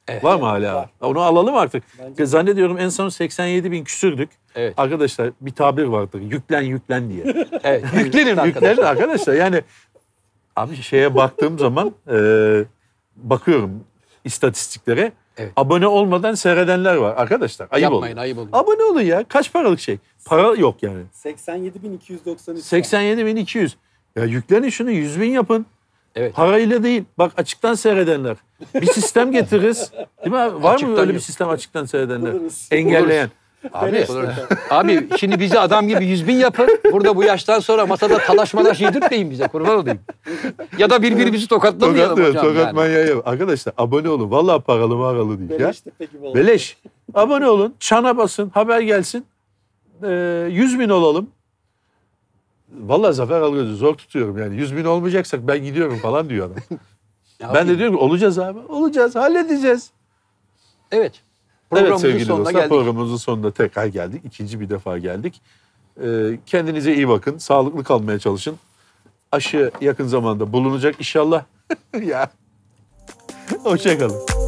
Evet. Var mı hala? Var. Onu alalım artık. Bence- Zannediyorum en son seksen yedi bin küsürdük. Evet. Arkadaşlar bir tabir vardır. Yüklen yüklen diye. Evet. Yüklenin arkadaşlar. Yüklen arkadaşlar. Yani abi şeye baktığım zaman e, bakıyorum istatistiklere. Evet. Abone olmadan seyredenler var. Arkadaşlar ayıp Yapmayın, olun. ayıp olun. Abone olun ya. Kaç paralık şey? Para yok yani. seksen yedi bin iki yüz doksan üç. seksen yedi bin iki yüz. Ya yüklenin şunu yüz bin yapın. Evet. Parayla değil. Bak açıktan seyredenler. Bir sistem getiririz. Değil mi abi? Var Açıktan mı öyle bir yap. sistem açıktan seyredenler? Buluruz. Engelleyen. Abi, Beleş olur. zaten. abi şimdi bizi adam gibi yüz bin yapın. Burada bu yaştan sonra masada talaş malaş yedirtmeyin bize. Kurban olayım. Ya da birbirimizi tokatlamayalım Tokat, hocam. tokat yani. manyağı yap. Arkadaşlar abone olun. Vallahi paralı maralı değil ya. Beleş tepe gibi oldu. Beleş. Abone olun. Çana basın. Haber gelsin. Ee, yüz bin olalım. Vallahi Zafer Algöz'ü zor tutuyorum yani. yüz bin olmayacaksak ben gidiyorum falan diyor adam. Ya Ben de abi, diyorum ki olacağız abi. Olacağız. Halledeceğiz. Evet. Evet Programımızın sevgili sonuna dostlar geldik. programımızın sonuna tekrar geldik. İkinci bir defa geldik. Ee, kendinize iyi bakın. Sağlıklı kalmaya çalışın. Aşı yakın zamanda bulunacak inşallah. Ya. Hoşça kalın.